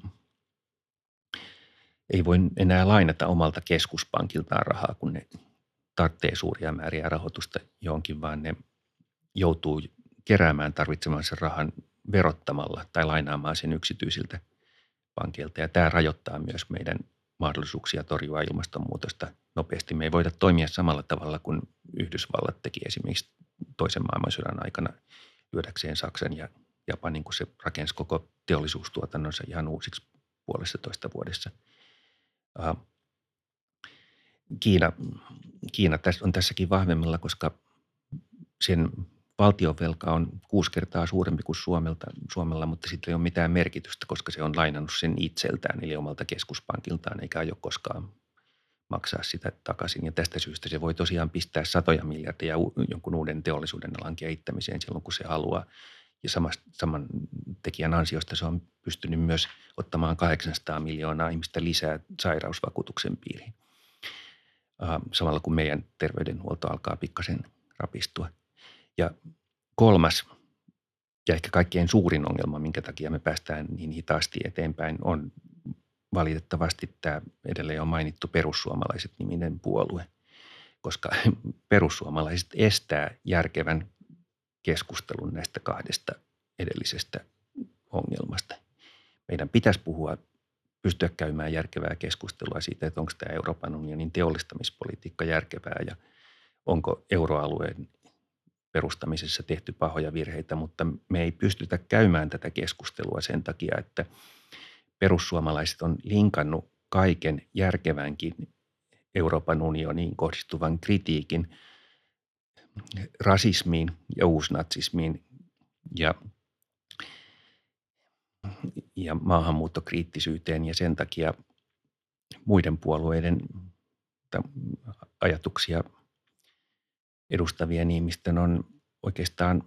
ei voi enää lainata omalta keskuspankiltaan rahaa, kun ne tarvitsee suuria määriä rahoitusta johonkin, vaan ne joutuu keräämään tarvitsemansa rahan verottamalla tai lainaamaan sen yksityisiltä pankilta. Ja tämä rajoittaa myös meidän mahdollisuuksia torjua ilmastonmuutosta nopeasti. Me ei voida toimia samalla tavalla kuin Yhdysvallat teki esimerkiksi toisen maailmansodan aikana lyödäkseen Saksan ja Japanin, kun se rakensi koko teollisuustuotannonsa ihan uusiksi puolessa toista vuodessa. Kiina, Kiina on tässäkin vahvemmilla, koska sen valtionvelka on kuusi kertaa suurempi kuin Suomelta, Suomella, mutta sillä ei ole mitään merkitystä, koska se on lainannut sen itseltään, eli omalta keskuspankiltaan, eikä aio koskaan maksaa sitä takaisin. Ja tästä syystä se voi tosiaan pistää satoja miljardia jonkun uuden teollisuuden alan kehittämiseen silloin, kun se haluaa. Ja saman tekijän ansiosta se on pystynyt myös ottamaan kahdeksansataa miljoonaa ihmistä lisää sairausvakuutuksen piiriin. Samalla kun meidän terveydenhuolto alkaa pikkasen rapistua. Ja kolmas ja ehkä kaikkein suurin ongelma, minkä takia me päästään niin hitaasti eteenpäin, on valitettavasti tämä edelleen on mainittu perussuomalaiset-niminen puolue, koska perussuomalaiset estää järkevän keskustelun näistä kahdesta edellisestä ongelmasta. Meidän pitäisi puhua, pystyä käymään järkevää keskustelua siitä, että onko tämä Euroopan unionin teollistamispolitiikka järkevää ja onko euroalueen perustamisessa tehty pahoja virheitä, mutta me ei pystytä käymään tätä keskustelua sen takia, että perussuomalaiset on linkannut kaiken järkevänkin Euroopan unioniin kohdistuvan kritiikin rasismiin ja uusnatsismiin ja, ja maahanmuuttokriittisyyteen, ja sen takia muiden puolueiden ajatuksia edustavien ihmisten on oikeastaan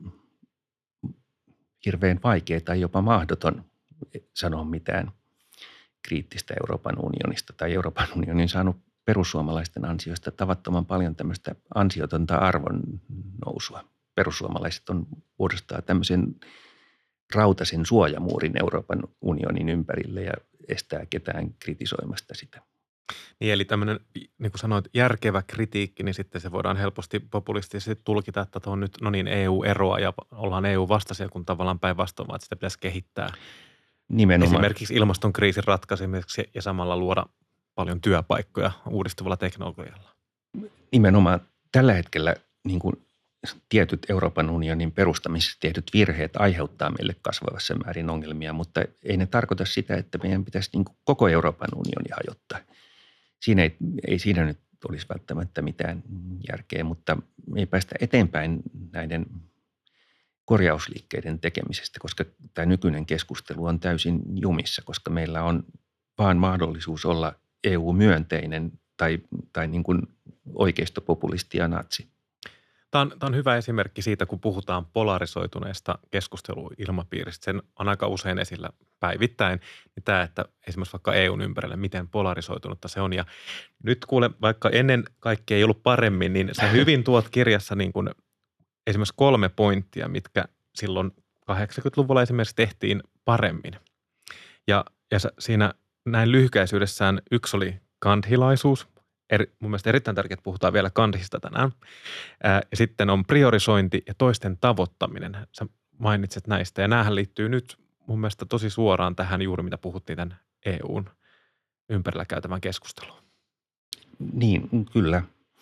hirveän vaikeaa tai jopa mahdoton sanoa mitään kriittistä Euroopan unionista. Tai Euroopan unioni on saanut perussuomalaisten ansioista tavattoman paljon tämmöistä ansiotonta arvon nousua. Perussuomalaiset on muodostaa tämmöisen rautaisen suojamuurin Euroopan unionin ympärille ja estää ketään kritisoimasta sitä. Niin, eli tämmöinen, niin kuin sanoit, järkevä kritiikki, niin sitten se voidaan helposti populistisesti tulkita, että on nyt, no niin, E U-eroa ja ollaan E U-vastaisia, kun tavallaan päinvastoin, että sitä pitäisi kehittää. Nimenomaan. Esimerkiksi ilmastonkriisin ratkaisemiseksi ja samalla luoda paljon työpaikkoja uudistuvalla teknologialla. Nimenomaan tällä hetkellä niin kuin tietyt Euroopan unionin perustamisessa tehdyt virheet aiheuttaa meille kasvavassa määrin ongelmia, mutta ei ne tarkoita sitä, että meidän pitäisi niin kuin koko Euroopan unioni hajottaa. Siinä ei, ei siinä nyt olisi välttämättä mitään järkeä, mutta me ei päästä eteenpäin näiden korjausliikkeiden tekemisestä, koska tämä nykyinen keskustelu on täysin jumissa, koska meillä on vaan mahdollisuus olla E U-myönteinen tai, tai niin kuin oikeistopopulisti ja natsi. Tämä on, tämä on hyvä esimerkki siitä, kun puhutaan polarisoituneesta keskusteluilmapiiristä. Sen on aika usein esillä päivittäin. Niin tämä, että esimerkiksi vaikka E U:n ympärillä, miten polarisoitunutta se on. Ja nyt kuule, vaikka ennen kaikkea ei ollut paremmin, niin sä hyvin tuot kirjassa niin kuin esimerkiksi kolme pointtia, mitkä silloin kahdeksankymmentäluvulla esimerkiksi tehtiin paremmin. Ja, ja siinä näin lyhykäisyydessään yksi oli kanthilaisuus. Er, mun mielestä erittäin tärkeää, että puhutaan vielä kantista tänään. Ää, ja sitten on priorisointi ja toisten tavoittaminen. Sä mainitset näistä ja näähän liittyy nyt mun mielestä tosi suoraan tähän juuri, mitä puhuttiin tämän E U:n ympärillä käytävän keskusteluun. Niin, kyllä.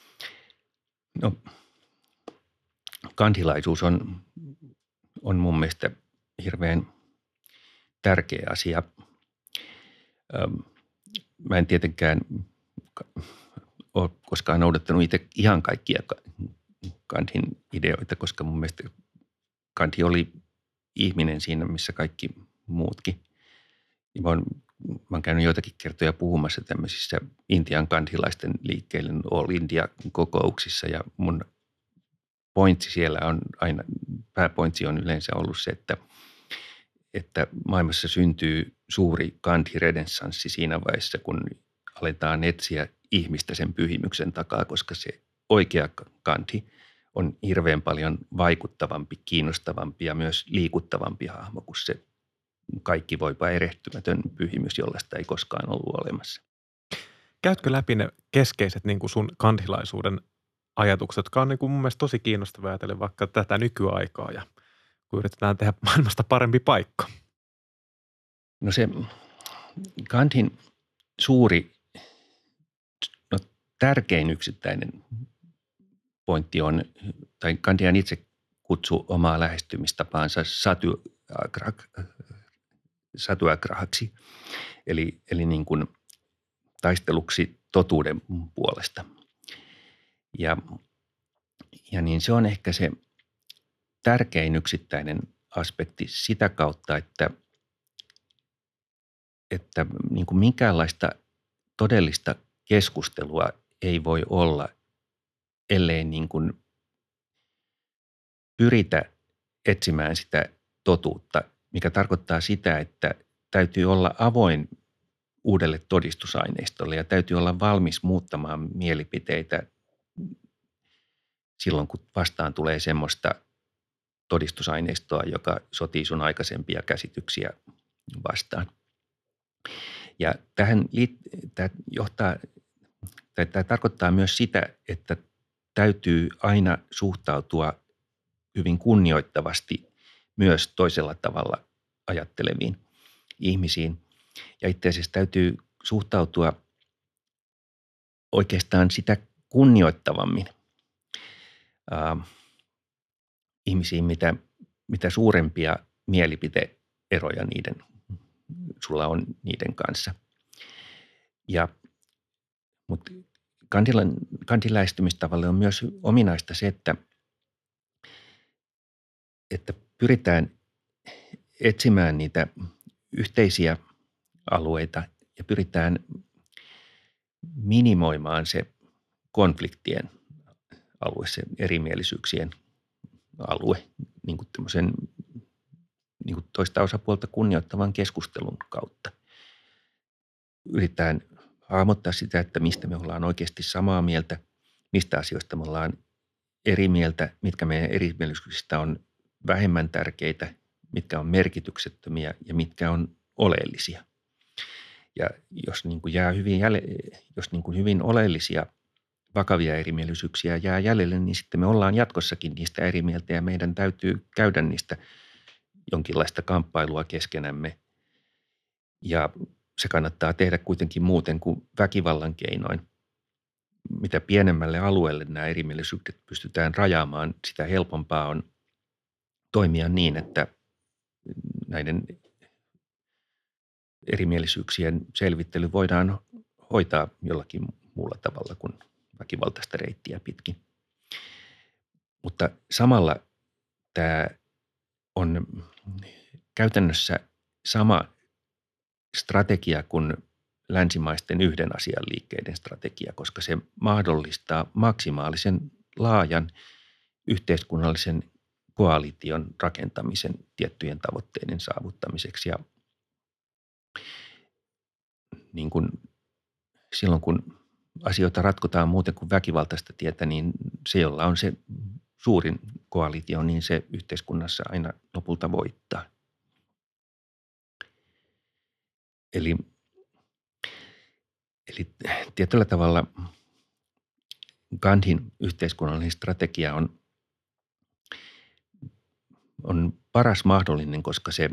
No, kanthilaisuus on, on mun mielestä hirveän tärkeä asia. Mä en tietenkään ole koskaan noudattanut itse ihan kaikkia Kantin ideoita, koska mun mielestä Kanti oli ihminen siinä, missä kaikki muutkin. Mä oon, mä oon käynyt joitakin kertoja puhumassa tämmöisissä Intian kanthilaisten liikkeiden All India-kokouksissa, ja mun pointsi siellä on aina, pääpointsi on yleensä ollut se, että, että maailmassa syntyy suuri Kanthi-renessanssi siinä vaiheessa, kun aletaan etsiä ihmistä sen pyhimyksen takaa, koska se oikea Kanthi on hirveän paljon vaikuttavampi, kiinnostavampi ja myös liikuttavampi hahmo kuin se kaikki voipa erehtymätön pyhimys, jollaista ei koskaan ollut olemassa. Käytkö läpi ne keskeiset niin kuin sun kanthilaisuuden ajatukset, jotka on niin kuin mun mielestä tosi kiinnostavaa ajatella vaikka tätä nykyaikaa ja kun yritetään tehdä maailmasta parempi paikka? No se Kanthin suuri, no tärkein yksittäinen pointti on, tai Kantihan itse kutsuu omaa lähestymistapaansa satyagrahaksi, eli, eli niin kuin taisteluksi totuuden puolesta. Ja, ja niin se on ehkä se tärkein yksittäinen aspekti sitä kautta, että, että niin kuin minkäänlaista todellista keskustelua ei voi olla, ellei niin kuin pyritä etsimään sitä totuutta, mikä tarkoittaa sitä, että täytyy olla avoin uudelle todistusaineistolle ja täytyy olla valmis muuttamaan mielipiteitä silloin, kun vastaan tulee semmoista todistusaineistoa, joka sotii sun aikaisempia käsityksiä vastaan. Ja tähän tämä johtaa, tai tämä tarkoittaa myös sitä, että täytyy aina suhtautua hyvin kunnioittavasti myös toisella tavalla ajatteleviin ihmisiin. Ja itse asiassa täytyy suhtautua oikeastaan sitä kunnioittavammin äh, ihmisiin, mitä, mitä suurempia mielipiteeroja niiden, sulla on niiden kanssa. Ja, mutta Gandhin lähestymistavalle on myös ominaista se, että, että pyritään etsimään niitä yhteisiä alueita ja pyritään minimoimaan se konfliktien alue, se erimielisyyksien alue, niin kuin tämmöisen niin kuin toista osapuolta kunnioittavan keskustelun kautta. Yritetään hahmottaa sitä, että mistä me ollaan oikeasti samaa mieltä, mistä asioista me ollaan eri mieltä, mitkä meidän erimielisyyksistä on vähemmän tärkeitä, mitkä on merkityksettömiä ja mitkä on oleellisia. Ja jos niin kuin jää hyvin, jäle, jos niin kuin hyvin oleellisia vakavia erimielisyyksiä jää jäljelle, niin sitten me ollaan jatkossakin niistä eri mieltä ja meidän täytyy käydä niistä jonkinlaista kamppailua keskenämme. Ja se kannattaa tehdä kuitenkin muuten kuin väkivallan keinoin. Mitä pienemmälle alueelle nämä erimielisyydet pystytään rajaamaan, sitä helpompaa on toimia niin, että näiden erimielisyyksien selvittely voidaan hoitaa jollakin muulla tavalla kuin väkivaltaista reittiä pitkin. Mutta samalla tämä on käytännössä sama strategia kuin länsimaisten yhden asian liikkeiden strategia, koska se mahdollistaa maksimaalisen laajan yhteiskunnallisen koalition rakentamisen tiettyjen tavoitteiden saavuttamiseksi. Ja niin kuin silloin, kun asioita ratkotaan muuten kuin väkivaltaista tietä, niin se, jolla on se suurin koalitio, niin se yhteiskunnassa aina lopulta voittaa. Eli, eli tietyllä tavalla Gandhin yhteiskunnallinen strategia on, on paras mahdollinen, koska se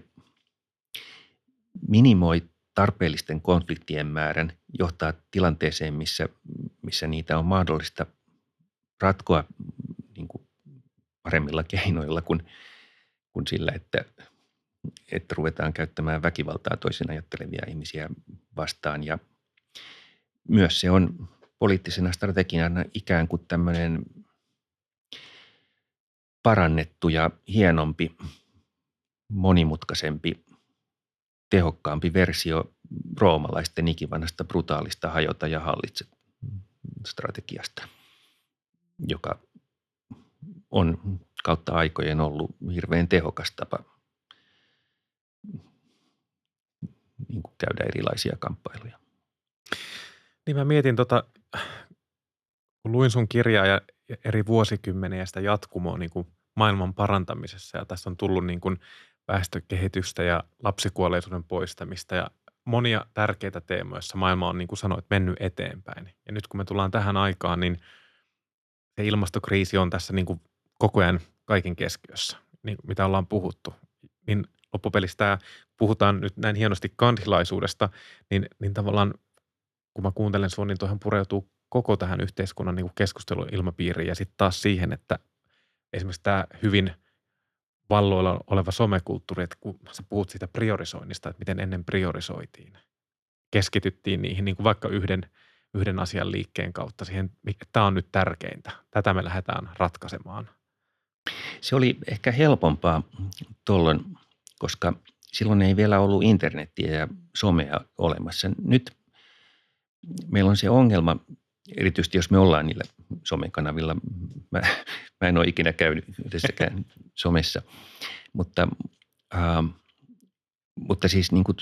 minimoi tarpeellisten konfliktien määrän, johtaa tilanteeseen, missä, missä niitä on mahdollista ratkoa niin kuin paremmilla keinoilla kuin, kuin sillä, että, että ruvetaan käyttämään väkivaltaa toisin ajattelevia ihmisiä vastaan. Ja myös se on poliittisena strategiana ikään kuin tämmöinen parannettu ja hienompi, monimutkaisempi, tehokkaampi versio roomalaisten ikivanhasta brutaalista hajota ja hallitse strategiasta, joka on kautta aikojen ollut hirveän tehokas tapa niin kuin käydä erilaisia kamppailuja. Niin mä mietin tota, kun luin sun kirjaa ja eri vuosikymmeniä ja sitä jatkumoa niin kuin maailman parantamisessa ja tässä on tullut niin kuin väestökehitystä ja lapsikuolleisuuden poistamista ja monia tärkeitä teemoja, joissa maailma on niin kuin sanoit mennyt eteenpäin. Ja nyt kun me tullaan tähän aikaan, niin se ilmastokriisi on tässä niin kuin koko ajan kaiken keskiössä, niin mitä ollaan puhuttu. Niin loppupelissä tämä, puhutaan nyt näin hienosti gandhilaisuudesta, niin, niin tavallaan kun mä kuuntelen sua, niin tuohon pureutuu koko tähän yhteiskunnan niin kuin keskusteluilmapiiriin ja sitten taas siihen, että esimerkiksi tämä hyvin valloilla oleva somekulttuuri, että kun sä puhut siitä priorisoinnista, että miten ennen priorisoitiin, keskityttiin niihin niin kuin vaikka yhden yhden asian liikkeen kautta siihen, että tämä on nyt tärkeintä. Tätä me lähdetään ratkaisemaan. Se oli ehkä helpompaa tuolloin, koska silloin ei vielä ollut internetiä ja somea olemassa. Nyt meillä on se ongelma, erityisesti jos me ollaan niillä somekanavilla. Mä, mä en ole ikinä käynyt yhdessäkään somessa, mutta, äh, mutta siis niin kuin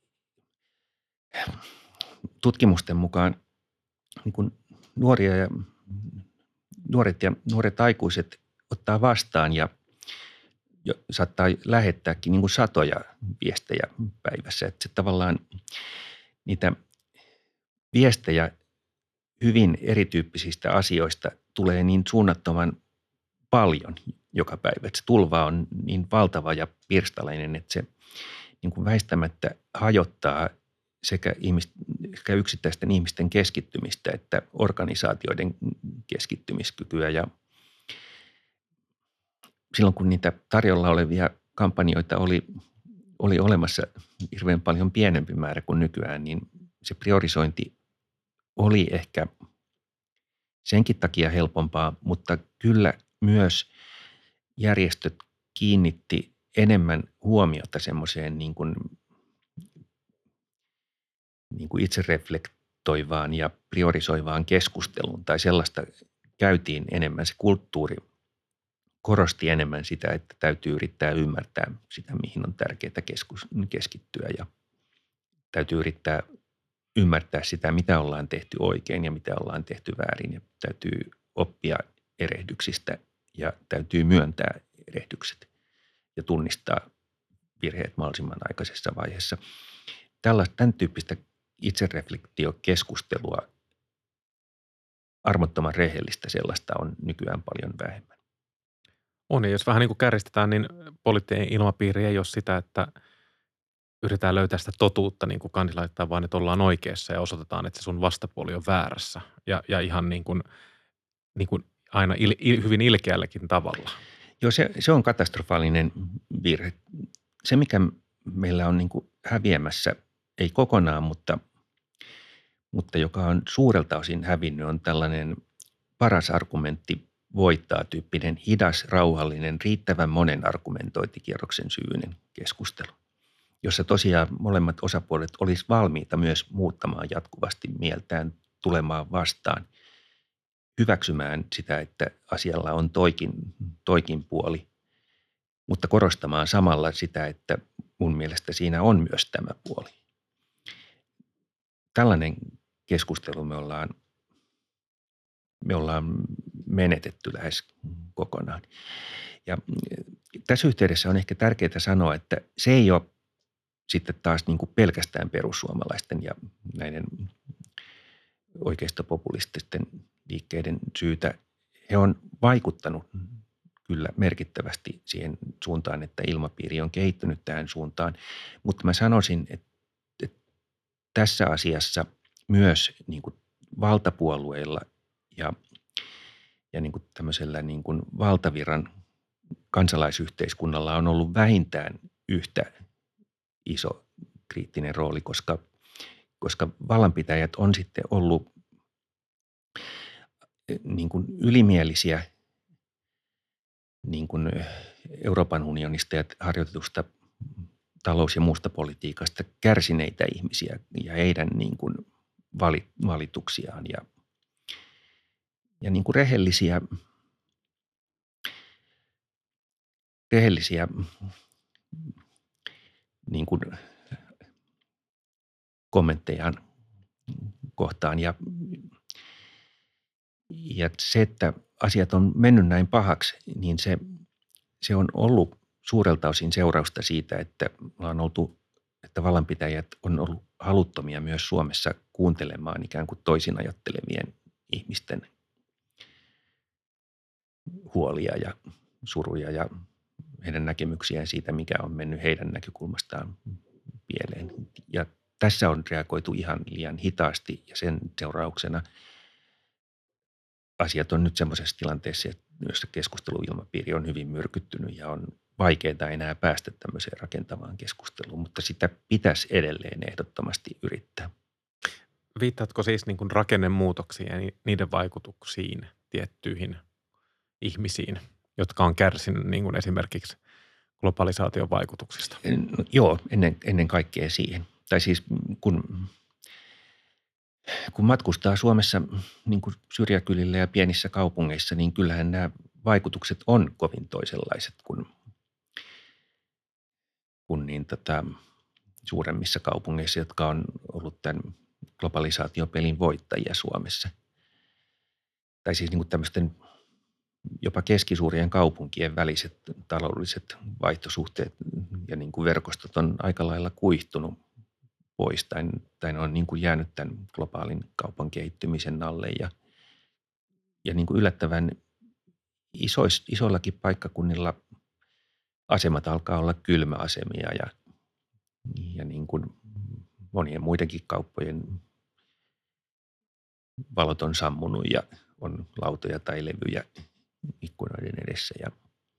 tutkimusten mukaan niin kuin nuoria ja, nuoret ja nuoret aikuiset ottaa vastaan ja jo, saattaa lähettääkin niin kuin satoja viestejä päivässä. Että se tavallaan niitä viestejä hyvin erityyppisistä asioista tulee niin suunnattoman paljon joka päivä. Että se tulva on niin valtava ja pirstalainen, että se niin kuin väistämättä hajottaa sekä, ihmist, sekä yksittäisten ihmisten keskittymistä että organisaatioiden keskittymiskykyä. Ja silloin kun niitä tarjolla olevia kampanjoita oli, oli olemassa hirveän paljon pienempi määrä kuin nykyään, niin se priorisointi oli ehkä senkin takia helpompaa, mutta kyllä myös järjestöt kiinnitti enemmän huomiota semmoiseen niin kuin, niin kuin itsereflektoivaan ja priorisoivaan keskusteluun tai sellaista käytiin enemmän. Se kulttuuri korosti enemmän sitä, että täytyy yrittää ymmärtää sitä, mihin on tärkeää keskus, keskittyä ja täytyy yrittää ymmärtää sitä, mitä ollaan tehty oikein ja mitä ollaan tehty väärin ja täytyy oppia erehdyksistä ja täytyy myöntää erehdykset ja tunnistaa virheet mahdollisimman aikaisessa vaiheessa. Tällaista, tämän tyyppistä itsereflektiokeskustelua, armottoman rehellistä sellaista on nykyään paljon vähemmän. On, ja jos vähän niin kuin kärjistetään, niin poliittinen ilmapiiri ei ole sitä, että yritetään löytää sitä totuutta, niin kuin Kandi laittaa, vaan että ollaan oikeassa ja osoitetaan, että se sun vastapuoli on väärässä. Ja, ja ihan niin kuin, niin kuin aina il, il, hyvin ilkeälläkin tavalla. Joo, se, se on katastrofaalinen virhe. Se, mikä meillä on niin kuin häviämässä, ei kokonaan, mutta, mutta joka on suurelta osin hävinnyt, on tällainen paras argumentti voittaa tyyppinen hidas, rauhallinen, riittävän monen argumentointikierroksen syyinen keskustelu, jossa tosiaan molemmat osapuolet olisi valmiita myös muuttamaan jatkuvasti mieltään, tulemaan vastaan, hyväksymään sitä, että asialla on toikin, toikin puoli, mutta korostamaan samalla sitä, että mun mielestä siinä on myös tämä puoli. Tällainen keskustelu me ollaan, me ollaan menetetty lähes kokonaan. Ja tässä yhteydessä on ehkä tärkeää sanoa, että se ei ole sitten taas niin kuin pelkästään perussuomalaisten ja näiden oikeistopopulististen liikkeiden syytä. He on vaikuttanut kyllä merkittävästi siihen suuntaan, että ilmapiiri on kehittynyt tähän suuntaan. Mutta mä sanoisin, että, että tässä asiassa myös niin kuin valtapuolueilla ja, ja niin kuin tämmöisellä niin kuin valtavirran kansalaisyhteiskunnalla on ollut vähintään yhtä iso kriittinen rooli, koska, koska vallanpitäjät on sitten ollut niin kuin ylimielisiä niin kuin Euroopan unionista ja harjoitetusta talous- ja muusta politiikasta kärsineitä ihmisiä ja heidän niin kuin valituksiaan ja, ja niin kuin rehellisiä, rehellisiä niin kuin kommenttejaan kohtaan. Ja, ja se, että asiat on mennyt näin pahaksi, niin se, se on ollut suurelta osin seurausta siitä, että on oltu, että vallanpitäjät on ollut haluttomia myös Suomessa kuuntelemaan ikään kuin toisin ajattelevien ihmisten huolia ja suruja ja heidän näkemyksiään siitä, mikä on mennyt heidän näkökulmastaan pieleen. Ja tässä on reagoitu ihan liian hitaasti ja sen seurauksena asiat on nyt semmoisessa tilanteessa, jossa keskusteluilmapiiri on hyvin myrkyttynyt ja on vaikeaa enää päästä tämmöiseen rakentavaan keskusteluun, mutta sitä pitäisi edelleen ehdottomasti yrittää. viittaatko siis niin kuin rakennemuutoksiin ja niiden vaikutuksiin tiettyihin ihmisiin, jotka on kärsinyt niin kuin esimerkiksi globalisaation vaikutuksista? No, joo, ennen, ennen kaikkea siihen. Tai siis kun, kun matkustaa Suomessa niin kuin syrjäkylillä ja pienissä kaupungeissa, niin kyllähän nämä vaikutukset on kovin toisenlaiset kuin, kuin niin tota, suuremmissa kaupungeissa, jotka on ollut tämän globalisaatiopelin voittajia Suomessa. Tai siis niin kuin tämmöisten jopa keskisuurien kaupunkien väliset taloudelliset vaihtosuhteet ja niin kuin verkostot on aika lailla kuihtunut pois tai, tai ne on niin kuin jäänyt tämän globaalin kaupan kehittymisen alle ja, ja niin kuin yllättävän isois, isoillakin paikkakunnilla asemat alkaa olla kylmäasemia ja, ja niin kuin monien muidenkin kauppojen valot on sammunut ja on lautoja tai levyjä ikkunoiden edessä ja,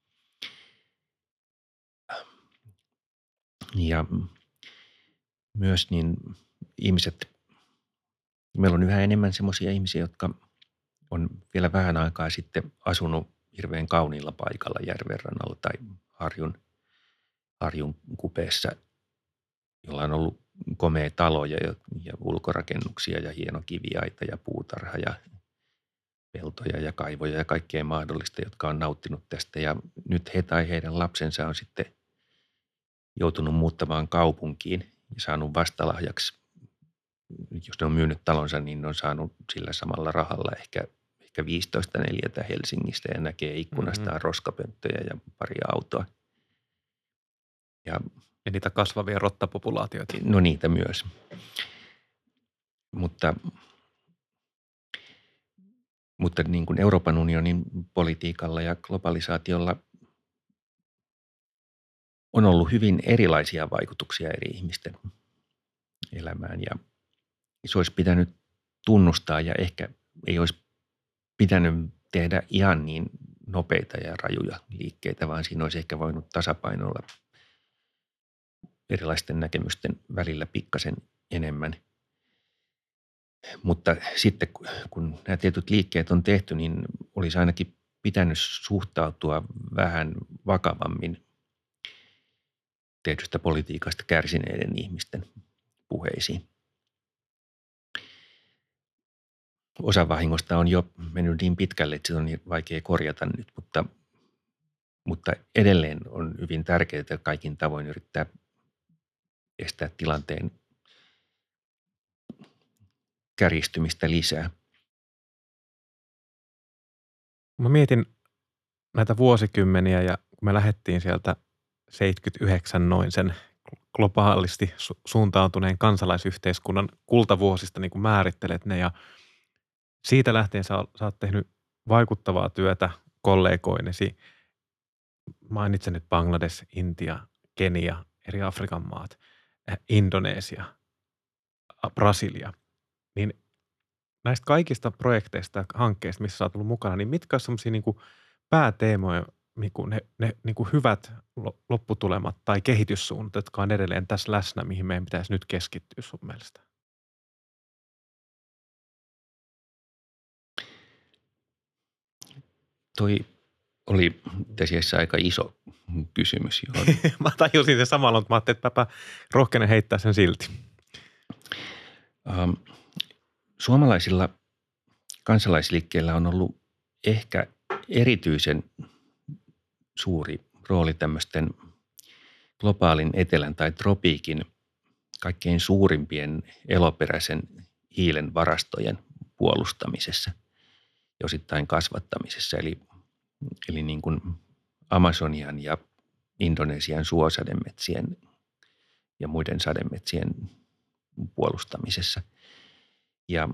ja myös niin ihmiset, meillä on yhä enemmän semmoisia ihmisiä, jotka on vielä vähän aikaa sitten asunut hirveän kauniilla paikalla järvenrannalla tai harjun, harjun kupeessa, jolla on ollut komea talo ja, ja ulkorakennuksia ja hieno kiviaita ja puutarha ja peltoja ja kaivoja ja kaikkea mahdollista, jotka on nauttinut tästä. Ja nyt he tai heidän lapsensa on sitten joutunut muuttamaan kaupunkiin ja saanut vastalahjaksi, jos ne on myynyt talonsa, niin ne on saanut sillä samalla rahalla ehkä, ehkä viisitoista neliötä Helsingistä ja näkee ikkunastaan mm-hmm. roskapönttöjä ja pari autoa. Ja, ja niitä kasvavia rottapopulaatioita. No niitä myös. Mutta, mutta niin kuin Euroopan unionin politiikalla ja globalisaatiolla on ollut hyvin erilaisia vaikutuksia eri ihmisten elämään ja se olisi pitänyt tunnustaa ja ehkä ei olisi pitänyt tehdä ihan niin nopeita ja rajuja liikkeitä, vaan siinä olisi ehkä voinut tasapainoilla erilaisten näkemysten välillä pikkasen enemmän. Mutta sitten kun nämä tietyt liikkeet on tehty, niin olisi ainakin pitänyt suhtautua vähän vakavammin tehdystä politiikasta kärsineiden ihmisten puheisiin. Osa vahingosta on jo mennyt niin pitkälle, että se on niin vaikea korjata nyt, mutta, mutta edelleen on hyvin tärkeää kaikin tavoin yrittää estää tilanteen kärjistymistä lisää. Mä mietin näitä vuosikymmeniä ja kun me lähdettiin sieltä seitsemänkymmentäyhdeksän noin sen globaalisti su- suuntautuneen kansalaisyhteiskunnan kultavuosista, niin kuin määrittelet ne ja siitä lähtien sä, sä oot tehnyt vaikuttavaa työtä kollegoinesi. Mainitsen nyt Bangladesh, Intia, Kenia, eri Afrikan maat, Indonesia, Brasilia. Niin näistä kaikista projekteista ja hankkeista, missä sä oot ollut mukana, niin mitkä on sellaisia niin kuin pääteemoja, niin kuin ne, ne niin kuin hyvät lopputulemat tai kehityssuunnat, jotka on edelleen tässä läsnä, mihin meidän pitäisi nyt keskittyä sun mielestä? Toi oli tässä aika iso kysymys, johon Mä tajusin sen samalla, mutta mä ajattelin, että mäpä rohkenen heittää sen silti. Ähm, suomalaisilla kansalaisliikkeillä on ollut ehkä erityisen suuri rooli tämmöisten globaalin etelän tai tropiikin kaikkein suurimpien eloperäisen hiilen varastojen puolustamisessa ja osittain kasvattamisessa. Eli, eli niin kuin Amazonian ja Indonesian suosademetsien ja muiden sademetsien puolustamisessa. Ja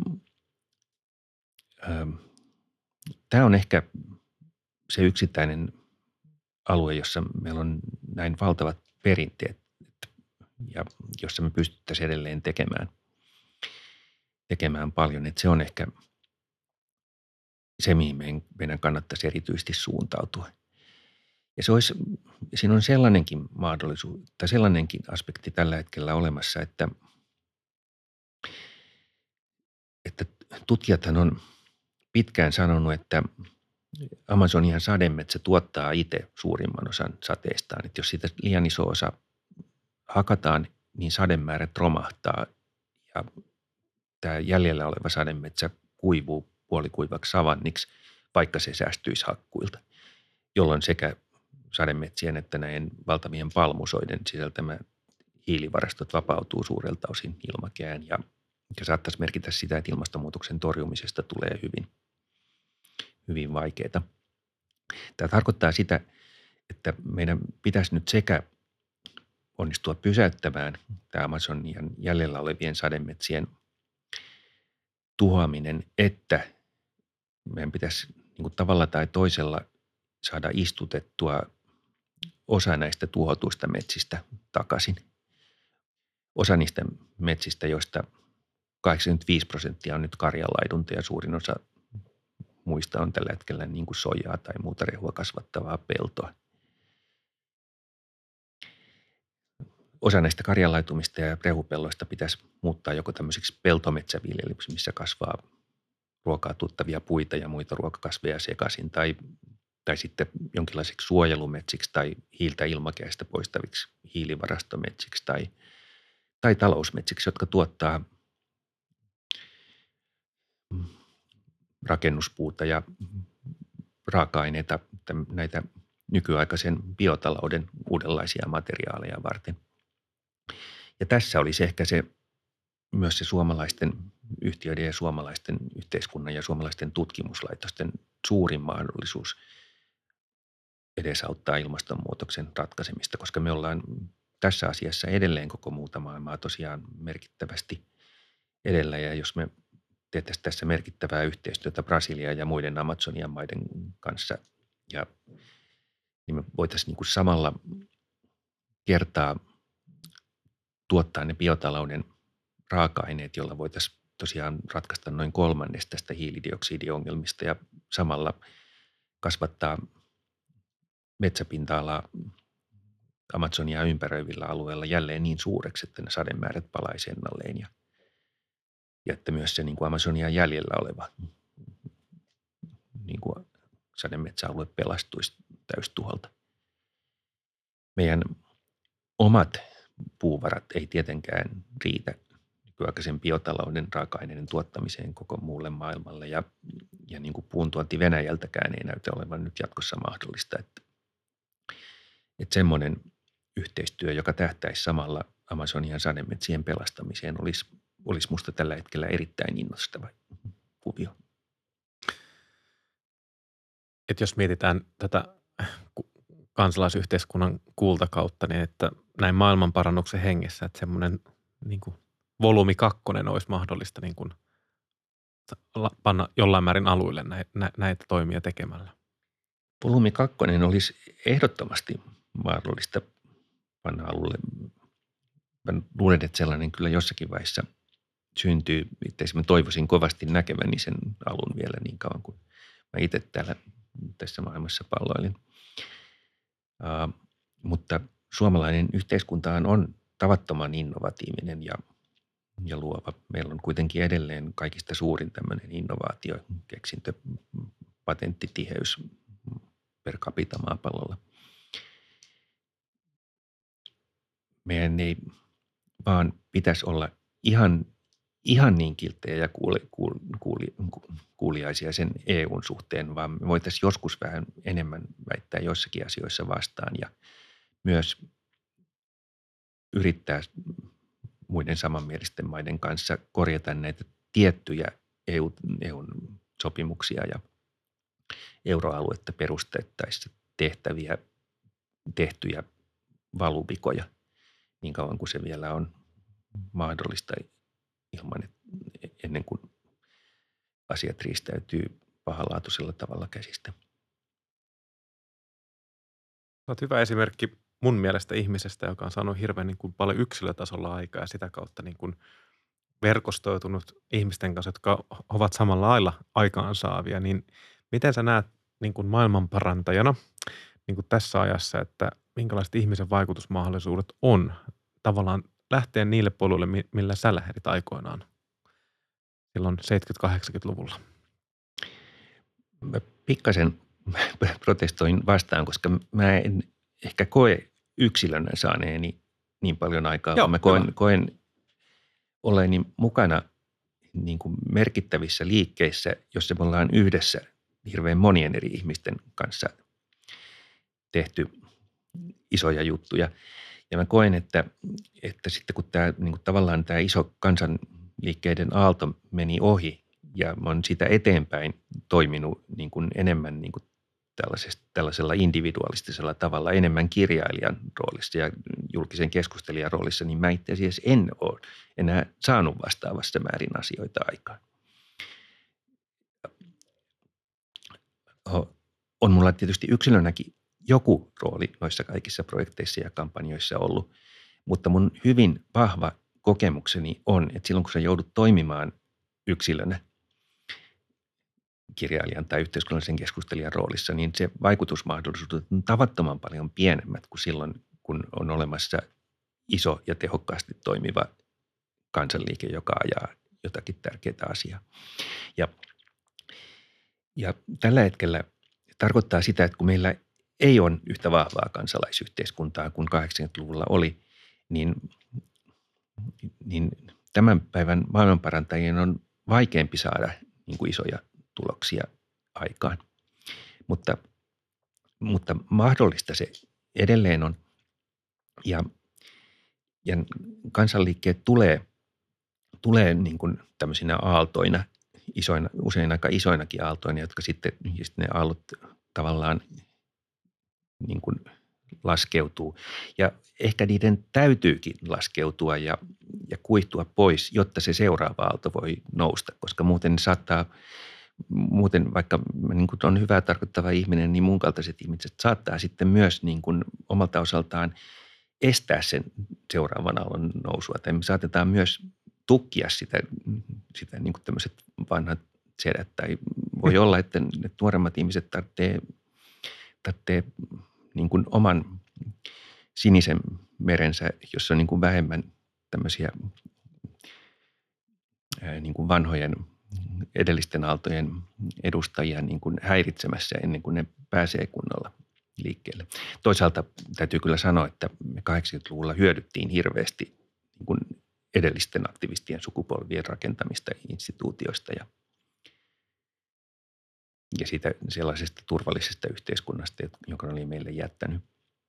ähm, tämä on ehkä se yksittäinen alue, jossa meillä on näin valtavat perinteet ja jossa me pystyttäisiin edelleen tekemään, tekemään paljon. Että se on ehkä se, mihin meidän kannattaisi erityisesti suuntautua. Ja se olisi, siinä on sellainenkin mahdollisuus tai sellainenkin aspekti tällä hetkellä olemassa, että tutkijathan on pitkään sanonut, että Amazonian sademetsä tuottaa itse suurimman osan sateestaan. Että jos siitä liian iso osa hakataan, niin sademäärät romahtaa ja tämä jäljellä oleva sademetsä kuivuu puolikuivaksi savanniksi, vaikka se säästyisi hakkuilta, jolloin sekä sademetsien että näiden valtavien palmusoiden sisältämä hiilivarastot vapautuu suurelta osin ilmakehään ja, ja saattaisi merkitä sitä, että ilmastonmuutoksen torjumisesta tulee hyvin, hyvin vaikeaa. Tämä tarkoittaa sitä, että meidän pitäisi nyt sekä onnistua pysäyttämään tämä Amazonian jäljellä olevien sademetsien tuhoaminen, että meidän pitäisi niin kuin tavalla tai toisella saada istutettua osa näistä tuhotuista metsistä takaisin. Osa niistä metsistä, joista kahdeksankymmentäviisi prosenttia on nyt karjanlaidunta ja suurin osa muista on tällä hetkellä niin kuin sojaa tai muuta rehua kasvattavaa peltoa. Osa näistä karjanlaitumista ja rehupelloista pitäisi muuttaa joko tämmöisiksi peltometsäviljelyksi, missä kasvaa ruokaa tuottavia puita ja muita ruokakasveja sekaisin, tai, tai sitten jonkinlaisiksi suojelumetsiksi tai hiiltä ilmakehästä poistaviksi hiilivarastometsiksi tai, tai talousmetsiksi, jotka tuottaa rakennuspuuta ja raaka-aineita, näitä nykyaikaisen biotalouden uudenlaisia materiaaleja varten. Ja tässä olisi ehkä se myös se suomalaisten yhtiöiden ja suomalaisten yhteiskunnan ja suomalaisten tutkimuslaitosten suurin mahdollisuus edesauttaa ilmastonmuutoksen ratkaisemista, koska me ollaan tässä asiassa edelleen koko muuta maailmaa tosiaan merkittävästi edellä. Ja jos me tehtäisiin tässä merkittävää yhteistyötä Brasilian ja muiden Amazonian maiden kanssa, ja, niin me voitaisiin niin kuin samalla kertaa tuottaa ne biotalouden raaka-aineet, joilla voitaisiin tosiaan ratkaista noin kolmannes tästä hiilidioksidiongelmista ja samalla kasvattaa metsäpinta-alaa Amazonia ympäröivillä alueilla jälleen niin suureksi, että ne sademäärät palaisi ennalleen ja, ja että myös se niin kuin Amazonian jäljellä oleva niin kuin sademetsäalue pelastuisi täystuholta. Meidän omat puuvarat ei tietenkään riitä nykyaikaisen biotalouden raaka-aineiden tuottamiseen koko muulle maailmalle ja, ja niin kuin puun tuonti Venäjältäkään ei näytä olevan nyt jatkossa mahdollista. Että, että semmoinen yhteistyö, joka tähtäisi samalla Amazonian sademetsien pelastamiseen, olisi, olisi musta tällä hetkellä erittäin innostava kuvio. Et jos mietitään tätä kansalaisyhteiskunnan kultakautta, niin että näin maailmanparannuksen hengessä, että semmoinen niin kuin volyymi kakkonen olisi mahdollista niin kuin panna jollain määrin aluille näitä toimia tekemällä. Volyymi kakkonen olisi ehdottomasti mahdollista panna alulle. Mä luulen, että sellainen kyllä jossakin vaiheessa syntyy. Itse mä toivoisin kovasti näkeväni sen alun vielä niin kauan kuin mä itse täällä tässä maailmassa palloilin. Uh, mutta suomalainen yhteiskuntahan on tavattoman innovatiivinen ja, ja luova. Meillä on kuitenkin edelleen kaikista suurin tämmöinen innovaatio, keksintö, patenttitiheys per capita maapallolla. Meidän ei vaan pitäisi olla ihan, ihan niin kilttejä ja kuuli, kuuli, kuuli, kuuliaisia sen E U:n suhteen, vaan me voitaisiin joskus vähän enemmän väittää joissakin asioissa vastaan ja myös yrittää muiden samanmielisten maiden kanssa korjata näitä tiettyjä E U, E U:n sopimuksia ja euroaluetta perustettaessa tehtäviä, tehtyjä valuvikoja niin kauan kuin se vielä on mahdollista ilman, että ennen kuin asiat riistäytyy pahanlaatuisella tavalla käsistä. Olet hyvä esimerkki mun mielestä ihmisestä, joka on saanut hirveän niin kuin paljon yksilötasolla aikaa ja sitä kautta niin kuin verkostoitunut ihmisten kanssa, jotka ovat samalla lailla aikaansaavia. Niin miten sä näet niin kuin maailmanparantajana niin kuin tässä ajassa, että minkälaiset ihmisen vaikutusmahdollisuudet on tavallaan lähteä niille poluille, millä sä lähdit aikoinaan silloin seitsemänkymmentä-kahdeksankymmentäluvulla? Mä pikkasen protestoin vastaan, koska mä en ehkä koe yksilönä saaneeni niin paljon aikaa, Joo, vaan mä koen, koen olleeni mukana niin kuin merkittävissä liikkeissä, jossa me ollaan yhdessä hirveän monien eri ihmisten kanssa tehty isoja juttuja. Ja mä koen, että, että sitten kun tämä, niin kuin tavallaan tämä iso kansanliikkeiden aalto meni ohi ja mä oon sitä eteenpäin toiminut niin kuin enemmän niin kuin tällaisella individualistisella tavalla, enemmän kirjailijan roolissa ja julkisen keskustelijan roolissa, niin mä itse asiassa en ole enää saanut vastaavassa määrin asioita aikaan. On mulla tietysti yksilönäkin joku rooli noissa kaikissa projekteissa ja kampanjoissa ollut, mutta mun hyvin vahva kokemukseni on, että silloin kun sä joudut toimimaan yksilönä kirjailijan tai yhteiskunnallisen keskustelijan roolissa, niin se vaikutusmahdollisuudet on tavattoman paljon pienemmät kuin silloin, kun on olemassa iso ja tehokkaasti toimiva kansanliike, joka ajaa jotakin tärkeää asiaa. Ja, ja tällä hetkellä tarkoittaa sitä, että kun meillä ei ole yhtä vahvaa kansalaisyhteiskuntaa kuin kahdeksankymmentäluvulla oli, niin, niin tämän päivän maailmanparantajien on vaikeampi saada niin kuin isoja tuloksia aikaan. Mutta, mutta mahdollista se edelleen on. Ja, ja kansanliikkeet tulee, tulee niin kuin tämmöisinä aaltoina, isoina, usein aika isoinakin aaltoina, jotka sitten, ja sitten ne aallot tavallaan niin kuin laskeutuu. Ja ehkä niiden täytyykin laskeutua ja, ja kuihtua pois, jotta se seuraava aalto voi nousta, koska muuten saattaa, muuten vaikka niin kuin on hyvää tarkoittava ihminen, niin mun kaltaiset ihmiset saattaa sitten myös niin kuin omalta osaltaan estää sen seuraavan aallon nousua. Tai me saatetaan myös tukkia sitä, sitä niin kuin tämmöiset vanhat sedät. Tai voi olla, että ne nuoremmat ihmiset tarvitsee, tarvitsee niin kuin oman sinisen merensä, jossa on niin kuin vähemmän tämmöisiä ää, niin kuin vanhojen edellisten aaltojen edustajia niin kuin häiritsemässä ennen kuin ne pääsee kunnolla liikkeelle. Toisaalta täytyy kyllä sanoa, että me kahdeksankymmentäluvulla hyödyttiin hirveästi niin kuin edellisten aktivistien sukupolvien rakentamista instituutioista ja, ja siitä sellaisesta turvallisesta yhteiskunnasta, joka oli meille jättänyt.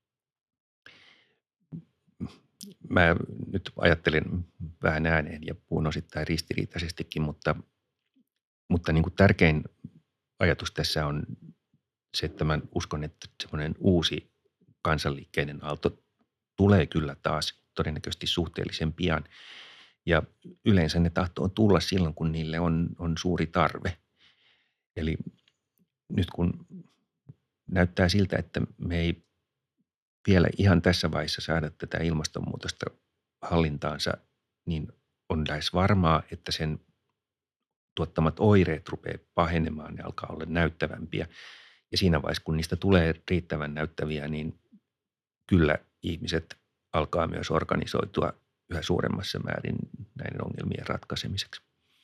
Mä nyt ajattelen vähän ääneen ja puhun osittain ristiriitaisestikin, mutta, mutta niin kuin tärkein ajatus tässä on se, että mä uskon, että semmoinen uusi kansanliikkeiden aalto tulee kyllä taas todennäköisesti suhteellisen pian. Ja yleensä ne tahtoo tulla silloin, kun niille on, on suuri tarve. Eli nyt kun näyttää siltä, että me ei vielä ihan tässä vaiheessa saada tätä ilmastonmuutosta hallintaansa, niin on lähes varmaa, että sen tuottamat oireet rupeaa pahenemaan ja alkaa olla näyttävämpiä. Ja siinä vaiheessa, kun niistä tulee riittävän näyttäviä, niin kyllä ihmiset alkaa myös organisoitua yhä suuremmassa määrin näiden ongelmien ratkaisemiseksi.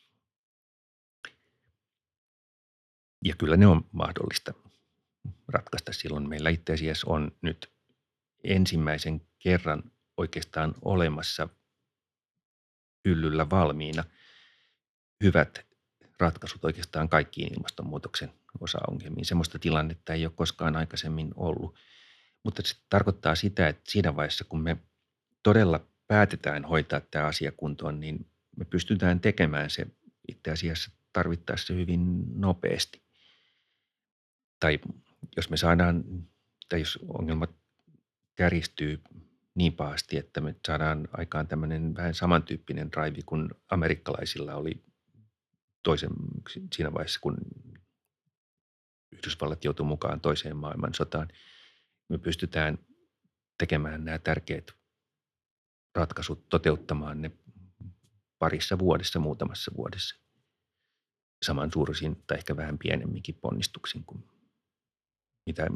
Ja kyllä ne on mahdollista ratkaista silloin. Meillä itse asiassa on nyt ensimmäisen kerran oikeastaan olemassa hyllyllä valmiina hyvät ratkaisut oikeastaan kaikkiin ilmastonmuutoksen osaongelmiin. Semmoista tilannetta ei ole koskaan aikaisemmin ollut. Mutta se tarkoittaa sitä, että siinä vaiheessa, kun me todella päätetään hoitaa tämä asia kuntoon, niin me pystytään tekemään se itse asiassa tarvittaessa hyvin nopeasti. Tai jos me saadaan, tai jos ongelmat kärjistyy niin pahasti, että me saadaan aikaan tämmöinen vähän samantyyppinen drive kuin amerikkalaisilla oli toisen, siinä vaiheessa, kun Yhdysvallat joutui mukaan toiseen maailmansotaan. Me pystytään tekemään nämä tärkeät ratkaisut, toteuttamaan ne parissa vuodessa, muutamassa vuodessa. Samansuuruisin tai ehkä vähän pienemminkin ponnistuksin kuin mitä,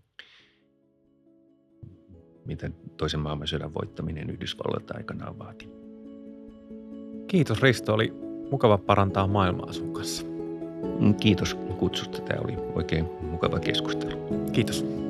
mitä toisen maailmansodan voittaminen Yhdysvalloilta aikanaan vaati. Kiitos Risto, oli Mukava parantaa maailmaa sun kanssa. Kiitos kutsusta. Tämä oli oikein mukava keskustelu. Kiitos.